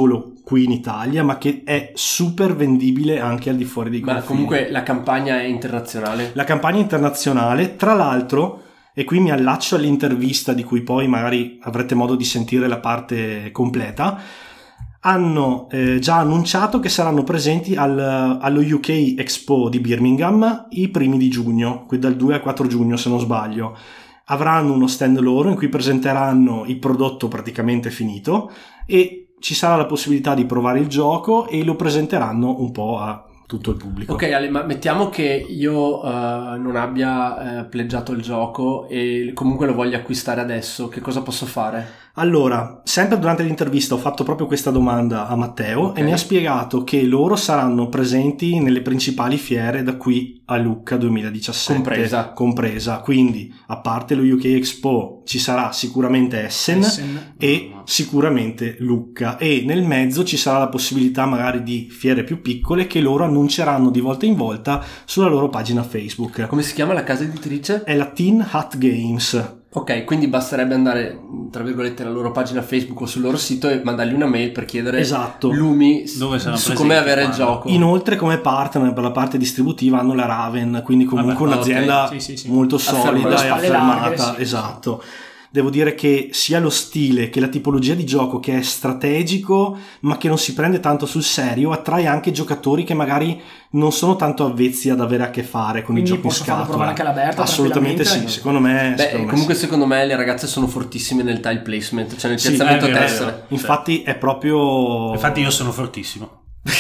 qui in Italia, ma che è super vendibile anche al di fuori dei confini. Ma comunque la campagna è internazionale. La campagna è internazionale, tra l'altro, e qui mi allaccio all'intervista di cui poi magari avrete modo di sentire la parte completa, hanno già annunciato che saranno presenti allo UK Expo di Birmingham i primi di giugno, qui dal 2 al 4 giugno se non sbaglio. Avranno uno stand loro in cui presenteranno il prodotto praticamente finito e ci sarà la possibilità di provare il gioco e lo presenteranno un po' a tutto il pubblico. Ok Ale, ma mettiamo che io non abbia pleggiato il gioco e comunque lo voglio acquistare adesso, che cosa posso fare? Allora, sempre durante l'intervista ho fatto proprio questa domanda a Matteo, e mi ha spiegato che loro saranno presenti nelle principali fiere da qui a Lucca 2017 compresa, quindi a parte lo UK Expo ci sarà sicuramente Essen e sicuramente Lucca, e nel mezzo ci sarà la possibilità magari di fiere più piccole che loro annunceranno di volta in volta sulla loro pagina Facebook. Come si chiama la casa editrice? È la Tin Hat Games. Ok, quindi basterebbe andare, tra virgolette, alla loro pagina Facebook o sul loro sito e mandargli una mail per chiedere lumi dove su come avere il gioco. Inoltre come partner per la parte distributiva hanno la Raven, quindi comunque un'azienda molto solida e affermata. Esatto. Devo dire che sia lo stile che la tipologia di gioco, che è strategico ma che non si prende tanto sul serio, attrae anche giocatori che magari non sono tanto avvezzi ad avere a che fare con quindi i giochi in scatola. scatola. Provare anche all'aperto, assolutamente sì, secondo me. Secondo me le ragazze sono fortissime nel tile placement, cioè nel piazzamento a tessere. Infatti è proprio... Infatti io sono fortissimo.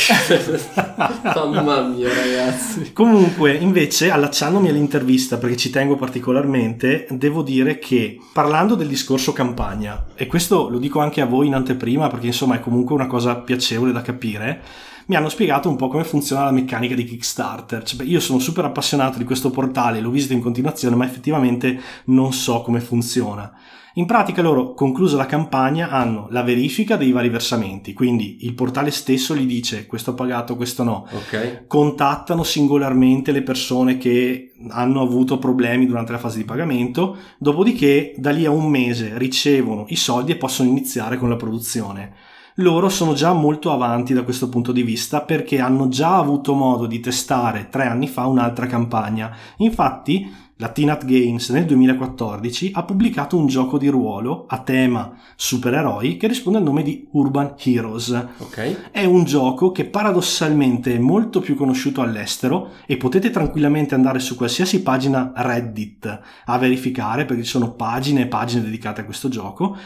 Mamma mia ragazzi. Comunque invece, allacciandomi all'intervista perché ci tengo particolarmente, devo dire che parlando del discorso campagna, e questo lo dico anche a voi in anteprima perché insomma è comunque una cosa piacevole da capire, mi hanno spiegato un po' come funziona la meccanica di Kickstarter. Cioè, io sono super appassionato di questo portale, lo visito in continuazione, ma effettivamente non so come funziona. In pratica loro, conclusa la campagna, hanno la verifica dei vari versamenti, quindi il portale stesso gli dice questo ha pagato, questo no. Okay. Contattano singolarmente le persone che hanno avuto problemi durante la fase di pagamento, dopodiché da lì a un mese ricevono i soldi e possono iniziare con la produzione. Loro sono già molto avanti da questo punto di vista perché hanno già avuto modo di testare 3 anni fa un'altra campagna. Infatti la Tin Hat Games nel 2014 ha pubblicato un gioco di ruolo a tema supereroi che risponde al nome di Urban Heroes. Okay. È un gioco che paradossalmente è molto più conosciuto all'estero e potete tranquillamente andare su qualsiasi pagina Reddit a verificare, perché ci sono pagine e pagine dedicate a questo gioco,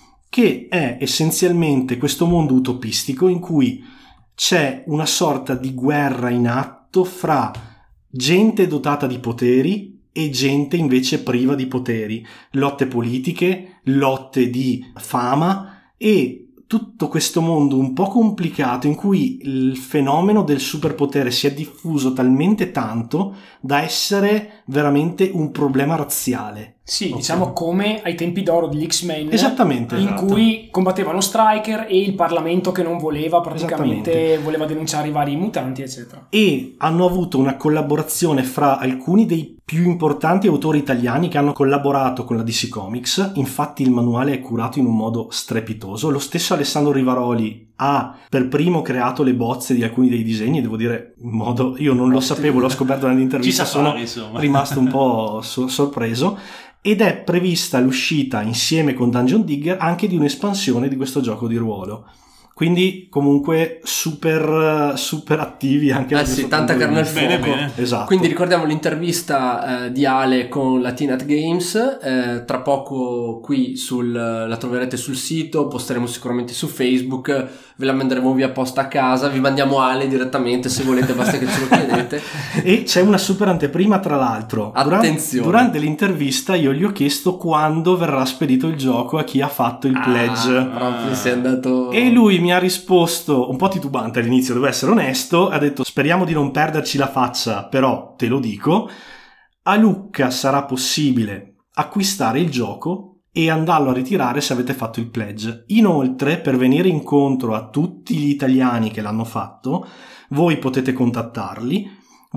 che è essenzialmente questo mondo utopistico in cui c'è una sorta di guerra in atto fra gente dotata di poteri e gente invece priva di poteri, lotte politiche, lotte di fama e tutto questo mondo un po' complicato in cui il fenomeno del superpotere si è diffuso talmente tanto da essere veramente un problema razziale. Sì, diciamo come ai tempi d'oro degli X-Men. Esattamente. In cui combattevano Stryker e il Parlamento che non voleva, praticamente voleva denunciare i vari mutanti, eccetera. E hanno avuto una collaborazione fra alcuni dei più importanti autori italiani che hanno collaborato con la DC Comics. Infatti il manuale è curato in un modo strepitoso. Lo stesso Alessandro Rivaroli ha per primo creato le bozze di alcuni dei disegni, devo dire in modo, io non lo sapevo, l'ho scoperto nell'intervista, sono rimasto un po' sorpreso. Ed è prevista l'uscita insieme con Dungeon Digger anche di un'espansione di questo gioco di ruolo. Quindi comunque super attivi anche sì, tanta carne al fuoco. Bene. Esatto. Quindi ricordiamo l'intervista di Ale con la Tin Hat Games, tra poco qui la troverete sul sito, posteremo sicuramente su Facebook, ve la manderemo via posta a casa, vi mandiamo Ale direttamente se volete, basta che ce lo chiedete. E c'è una super anteprima tra l'altro. Attenzione. Durante l'intervista io gli ho chiesto quando verrà spedito il gioco a chi ha fatto il pledge. Proprio sei andato... E lui mi ha risposto, un po' titubante all'inizio, devo essere onesto, ha detto speriamo di non perderci la faccia, però te lo dico, a Lucca sarà possibile acquistare il gioco e andarlo a ritirare se avete fatto il pledge. Inoltre, per venire incontro a tutti gli italiani che l'hanno fatto, voi potete contattarli,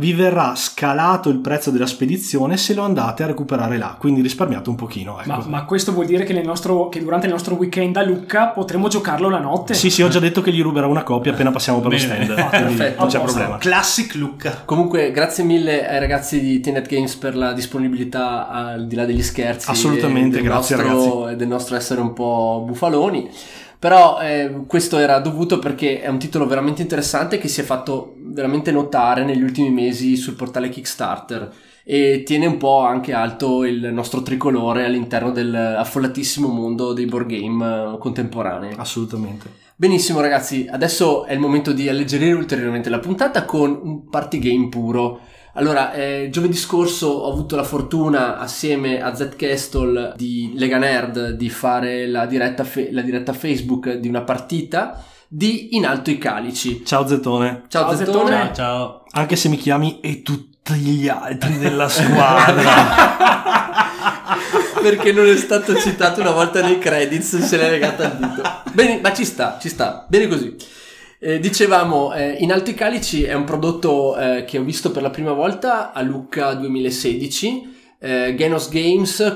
vi verrà scalato il prezzo della spedizione se lo andate a recuperare là, quindi risparmiate un pochino, ecco. Ma questo vuol dire che che durante il nostro weekend a Lucca potremo giocarlo la notte? Sì, ho già detto che gli ruberò una copia appena passiamo per lo stand, quindi perfetto. non c'è problema. Classic Lucca. Comunque grazie mille ai ragazzi di Tenet Games per la disponibilità al di là degli scherzi. Assolutamente, grazie ragazzi. E del nostro essere un po' bufaloni. Però questo era dovuto perché è un titolo veramente interessante che si è fatto veramente notare negli ultimi mesi sul portale Kickstarter e tiene un po' anche alto il nostro tricolore all'interno del affollatissimo mondo dei board game contemporanei. Assolutamente. Benissimo ragazzi, adesso è il momento di alleggerire ulteriormente la puntata con un party game puro. Allora, giovedì scorso ho avuto la fortuna assieme a Zcastle di Lega Nerd di fare la diretta Facebook di una partita di In Alto i Calici. Ciao Zettone. Ciao Zettone. Ciao. Anche se mi chiami e tutti gli altri della squadra. Perché non è stato citato una volta nei credits, se l'è legata al dito. Bene, ma ci sta, bene così. Dicevamo, In Alto i Calici è un prodotto che ho visto per la prima volta a Lucca 2016, Genos Games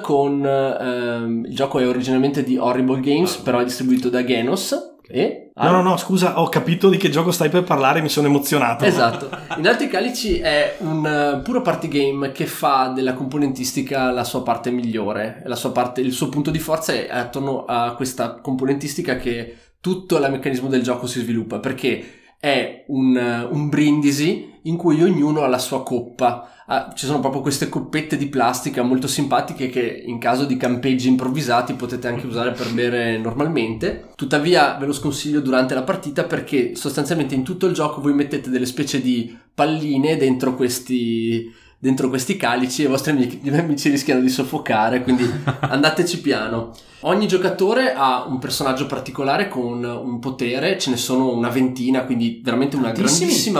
il gioco è originalmente di Horrible Games, però è distribuito da Genos. No, scusa, ho capito di che gioco stai per parlare, mi sono emozionato. Esatto. In Alto i Calici è un puro party game che fa della componentistica la sua parte migliore, il suo punto di forza è attorno a questa componentistica che tutto il meccanismo del gioco si sviluppa, perché è un brindisi in cui ognuno ha la sua coppa. Ci sono proprio queste coppette di plastica molto simpatiche che in caso di campeggi improvvisati potete anche usare per bere normalmente. Tuttavia ve lo sconsiglio durante la partita perché sostanzialmente in tutto il gioco voi mettete delle specie di palline dentro questi calici e i vostri amici rischiano di soffocare, quindi andateci piano. Ogni giocatore ha un personaggio particolare con un potere, ce ne sono una ventina, quindi veramente una grandissima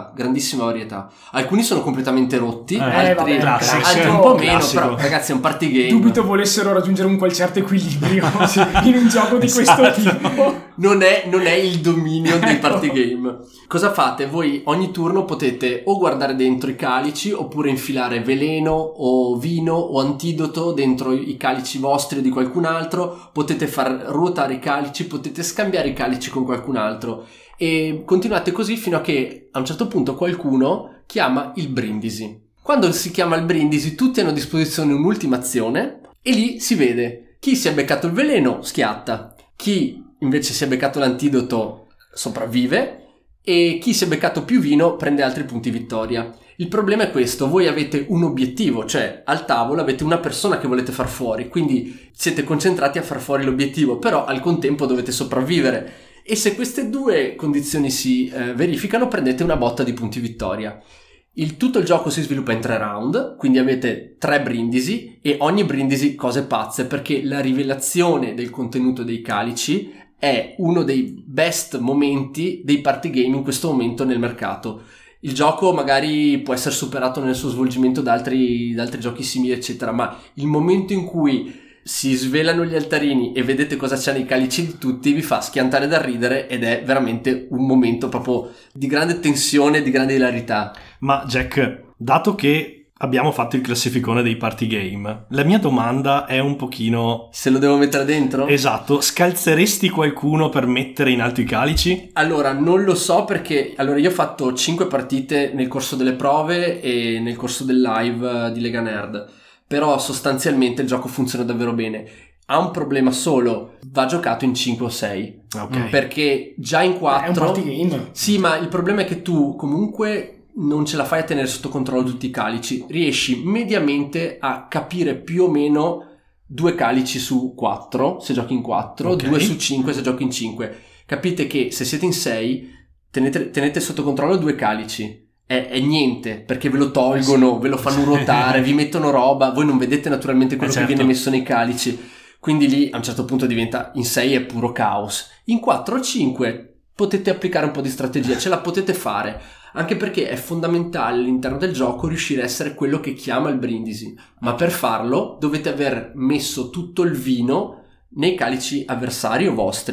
varietà. Alcuni sono completamente rotti, altri un po' meno, però ragazzi è un party game. Dubito volessero raggiungere un qual certo equilibrio in un gioco di questo tipo. Non è il dominio dei party game. Cosa fate? Voi ogni turno potete o guardare dentro i calici oppure infilare veleno o vino o antidoto dentro i calici vostri o di qualcun altro, potete far ruotare i calici, potete scambiare i calici con qualcun altro e continuate così fino a che a un certo punto qualcuno chiama il brindisi. Quando si chiama il brindisi tutti hanno a disposizione un'ultima azione e lì si vede chi si è beccato il veleno schiatta, chi invece si è beccato l'antidoto sopravvive e chi si è beccato più vino prende altri punti vittoria. Il problema è questo: voi avete un obiettivo, cioè al tavolo avete una persona che volete far fuori, quindi siete concentrati a far fuori l'obiettivo, però al contempo dovete sopravvivere e se queste due condizioni si verificano prendete una botta di punti vittoria. Tutto il gioco si sviluppa in 3 round, quindi avete 3 brindisi e ogni brindisi cose pazze, perché la rivelazione del contenuto dei calici è uno dei best momenti dei party game in questo momento nel mercato. Il gioco magari può essere superato nel suo svolgimento da altri giochi simili eccetera, ma il momento in cui si svelano gli altarini e vedete cosa c'è nei calici di tutti vi fa schiantare da ridere ed è veramente un momento proprio di grande tensione, di grande ilarità. Ma Jack, dato che abbiamo fatto il classificone dei party game, la mia domanda è un pochino... Se lo devo mettere dentro? Esatto, scalzeresti qualcuno per mettere in alto i calici? Allora, non lo so perché... Allora, io ho fatto 5 partite nel corso delle prove e nel corso del live di Lega Nerd, però sostanzialmente il gioco funziona davvero bene. Ha un problema solo, va giocato in 5 o 6. Ok. Perché già in 4... È un party game. Sì, ma il problema è che tu comunque... non ce la fai a tenere sotto controllo tutti i calici, riesci mediamente a capire più o meno 2 calici su 4 se giochi in 4, okay. 2 su 5 se giochi in 5. Capite che se siete in 6 tenete sotto controllo 2 calici, è niente, perché ve lo tolgono, ve lo fanno ruotare, vi mettono roba, voi non vedete naturalmente quello che viene messo nei calici, quindi lì a un certo punto diventa, in 6 è puro caos. In 4 o 5 potete applicare un po' di strategia, ce la potete fare, anche perché è fondamentale all'interno del gioco riuscire a essere quello che chiama il brindisi, ma per farlo dovete aver messo tutto il vino nei calici avversari o vostri.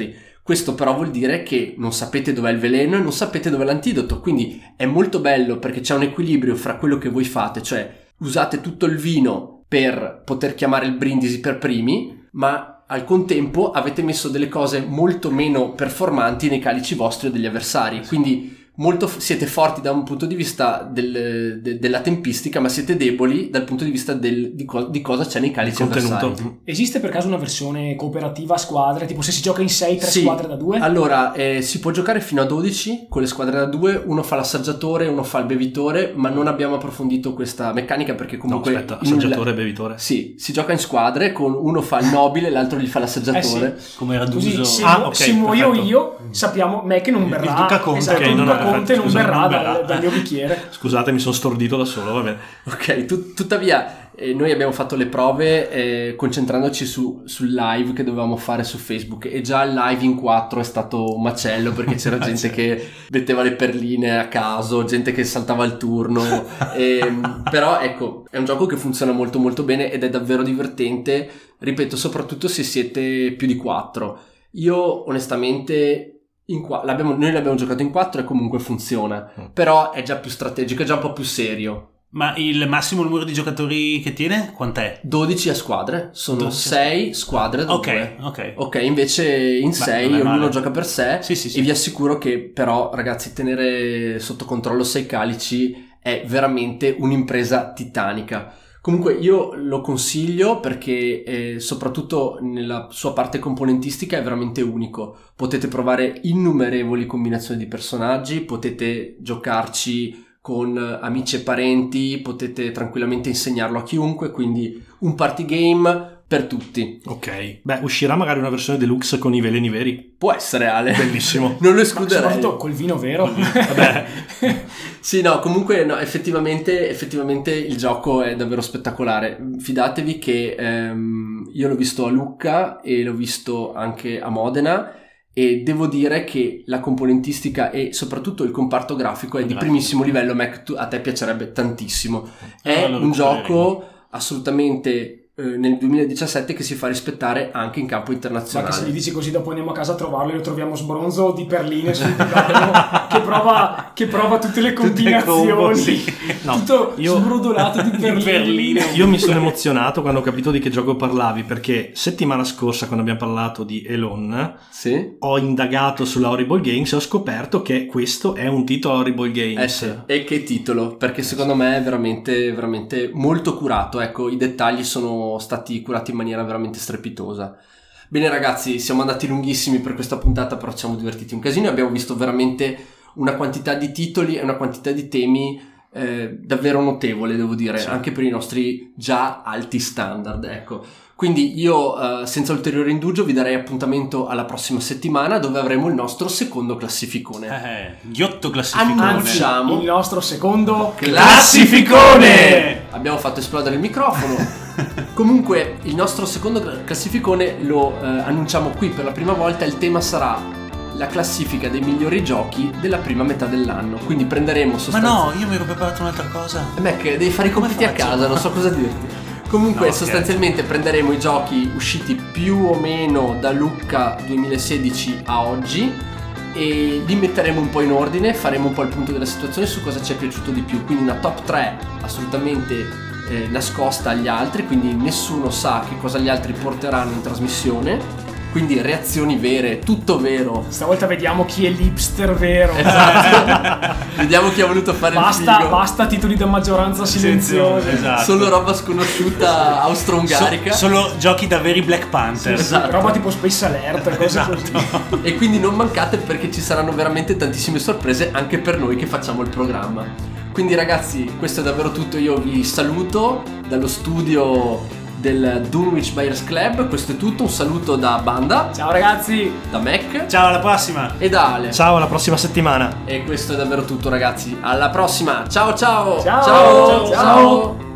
Questo però vuol dire che non sapete dov'è il veleno e non sapete dov'è l'antidoto, quindi è molto bello perché c'è un equilibrio fra quello che voi fate, cioè usate tutto il vino per poter chiamare il brindisi per primi, ma al contempo avete messo delle cose molto meno performanti nei calici vostri o degli avversari, quindi siete forti da un punto di vista della tempistica, ma siete deboli dal punto di vista di cosa c'è nei calici avversari. Esiste per caso una versione cooperativa a squadre, tipo se si gioca in 6, 3 squadre da 2? Allora, si può giocare fino a 12 con le squadre da 2, uno fa l'assaggiatore, uno fa il bevitore, ma non abbiamo approfondito questa meccanica perché comunque... No, aspetta, assaggiatore e bevitore? Sì, si gioca in squadre, con uno fa il nobile, l'altro gli fa l'assaggiatore. Come era d'uso. Se muoio io, sappiamo me che non verrà. Il Duca Conte, Conte non verrà dal mio bicchiere. Scusate, mi sono stordito da solo, va bene. Ok, tuttavia noi abbiamo fatto le prove concentrandoci sul live che dovevamo fare su Facebook, e già il live in 4 è stato un macello perché c'era gente che metteva le perline a caso, gente che saltava il turno, però ecco, è un gioco che funziona molto molto bene ed è davvero divertente, ripeto, soprattutto se siete più di 4. Io onestamente... noi l'abbiamo giocato in 4 e comunque funziona, però è già più strategico, è già un po' più serio. Ma il massimo numero di giocatori che tiene quant'è? 12 a squadre, sono 6 squadre da 2. Ok, invece in 6 ognuno gioca per sé. Sì. E vi assicuro che però, ragazzi, tenere sotto controllo 6 calici è veramente un'impresa titanica. Comunque io lo consiglio perché soprattutto nella sua parte componentistica è veramente unico. Potete provare innumerevoli combinazioni di personaggi, potete giocarci con amici e parenti, potete tranquillamente insegnarlo a chiunque, quindi un party game per tutti. Ok, beh, uscirà magari una versione deluxe con i veleni veri? Può essere, Ale. Bellissimo. Non lo escluderei. Soprattutto col vino vero. Vabbè. Sì, no, comunque no, effettivamente il gioco è davvero spettacolare. Fidatevi che io l'ho visto a Lucca e l'ho visto anche a Modena, e devo dire che la componentistica e soprattutto il comparto grafico è di primissimo livello. Mac, a te piacerebbe tantissimo. È un gioco assolutamente nel 2017 che si fa rispettare anche in campo internazionale. Ma che se gli dici così dopo andiamo a casa a trovarlo e lo troviamo sbronzo di perline sul divano che prova tutte le combinazioni, sì. Tutto sbrodolato di perline. Io mi sono emozionato quando ho capito di che gioco parlavi, perché settimana scorsa, quando abbiamo parlato di Elon, ho indagato sulla Horrible Games e ho scoperto che questo è un titolo Horrible Games. E che titolo, perché secondo me è veramente veramente molto curato. Ecco, i dettagli sono stati curati in maniera veramente strepitosa. Bene ragazzi, siamo andati lunghissimi per questa puntata, però ci siamo divertiti un casino e abbiamo visto veramente una quantità di titoli e una quantità di temi davvero notevole, devo dire, anche per i nostri già alti standard, ecco. Quindi io senza ulteriore indugio vi darei appuntamento alla prossima settimana, dove avremo il nostro secondo classificone. Ghiotto classificone. Annunciamo il nostro secondo classificone. Abbiamo fatto esplodere il microfono. Comunque il nostro secondo classificone lo annunciamo qui per la prima volta. Il tema sarà la classifica dei migliori giochi della prima metà dell'anno. Quindi prenderemo Ma no, io mi ero preparato un'altra cosa. Mac, devi fare i compiti a casa, non so cosa dirti. Comunque sostanzialmente prenderemo i giochi usciti più o meno da Lucca 2016 a oggi e li metteremo un po' in ordine, faremo un po' il punto della situazione su cosa ci è piaciuto di più, quindi una top 3 assolutamente nascosta agli altri, quindi nessuno sa che cosa gli altri porteranno in trasmissione, quindi reazioni vere, tutto vero. Stavolta vediamo chi è l'hipster vero. Esatto. Vediamo chi ha voluto fare il figo. Basta titoli da maggioranza silenziosa. Esatto. Solo roba sconosciuta austro-ungarica. Solo giochi da veri Black Panther. Esatto. Roba tipo Space Alert, cose così. E quindi non mancate, perché ci saranno veramente tantissime sorprese anche per noi che facciamo il programma. Quindi ragazzi, questo è davvero tutto. Io vi saluto dallo studio del Dunwich Buyers Club. Questo è tutto, un saluto da Banda. Ciao ragazzi. Da Mac. Ciao, alla prossima. E da Ale. Ciao, alla prossima settimana. E questo è davvero tutto ragazzi. Alla prossima. Ciao ciao. Ciao. Ciao. Ciao.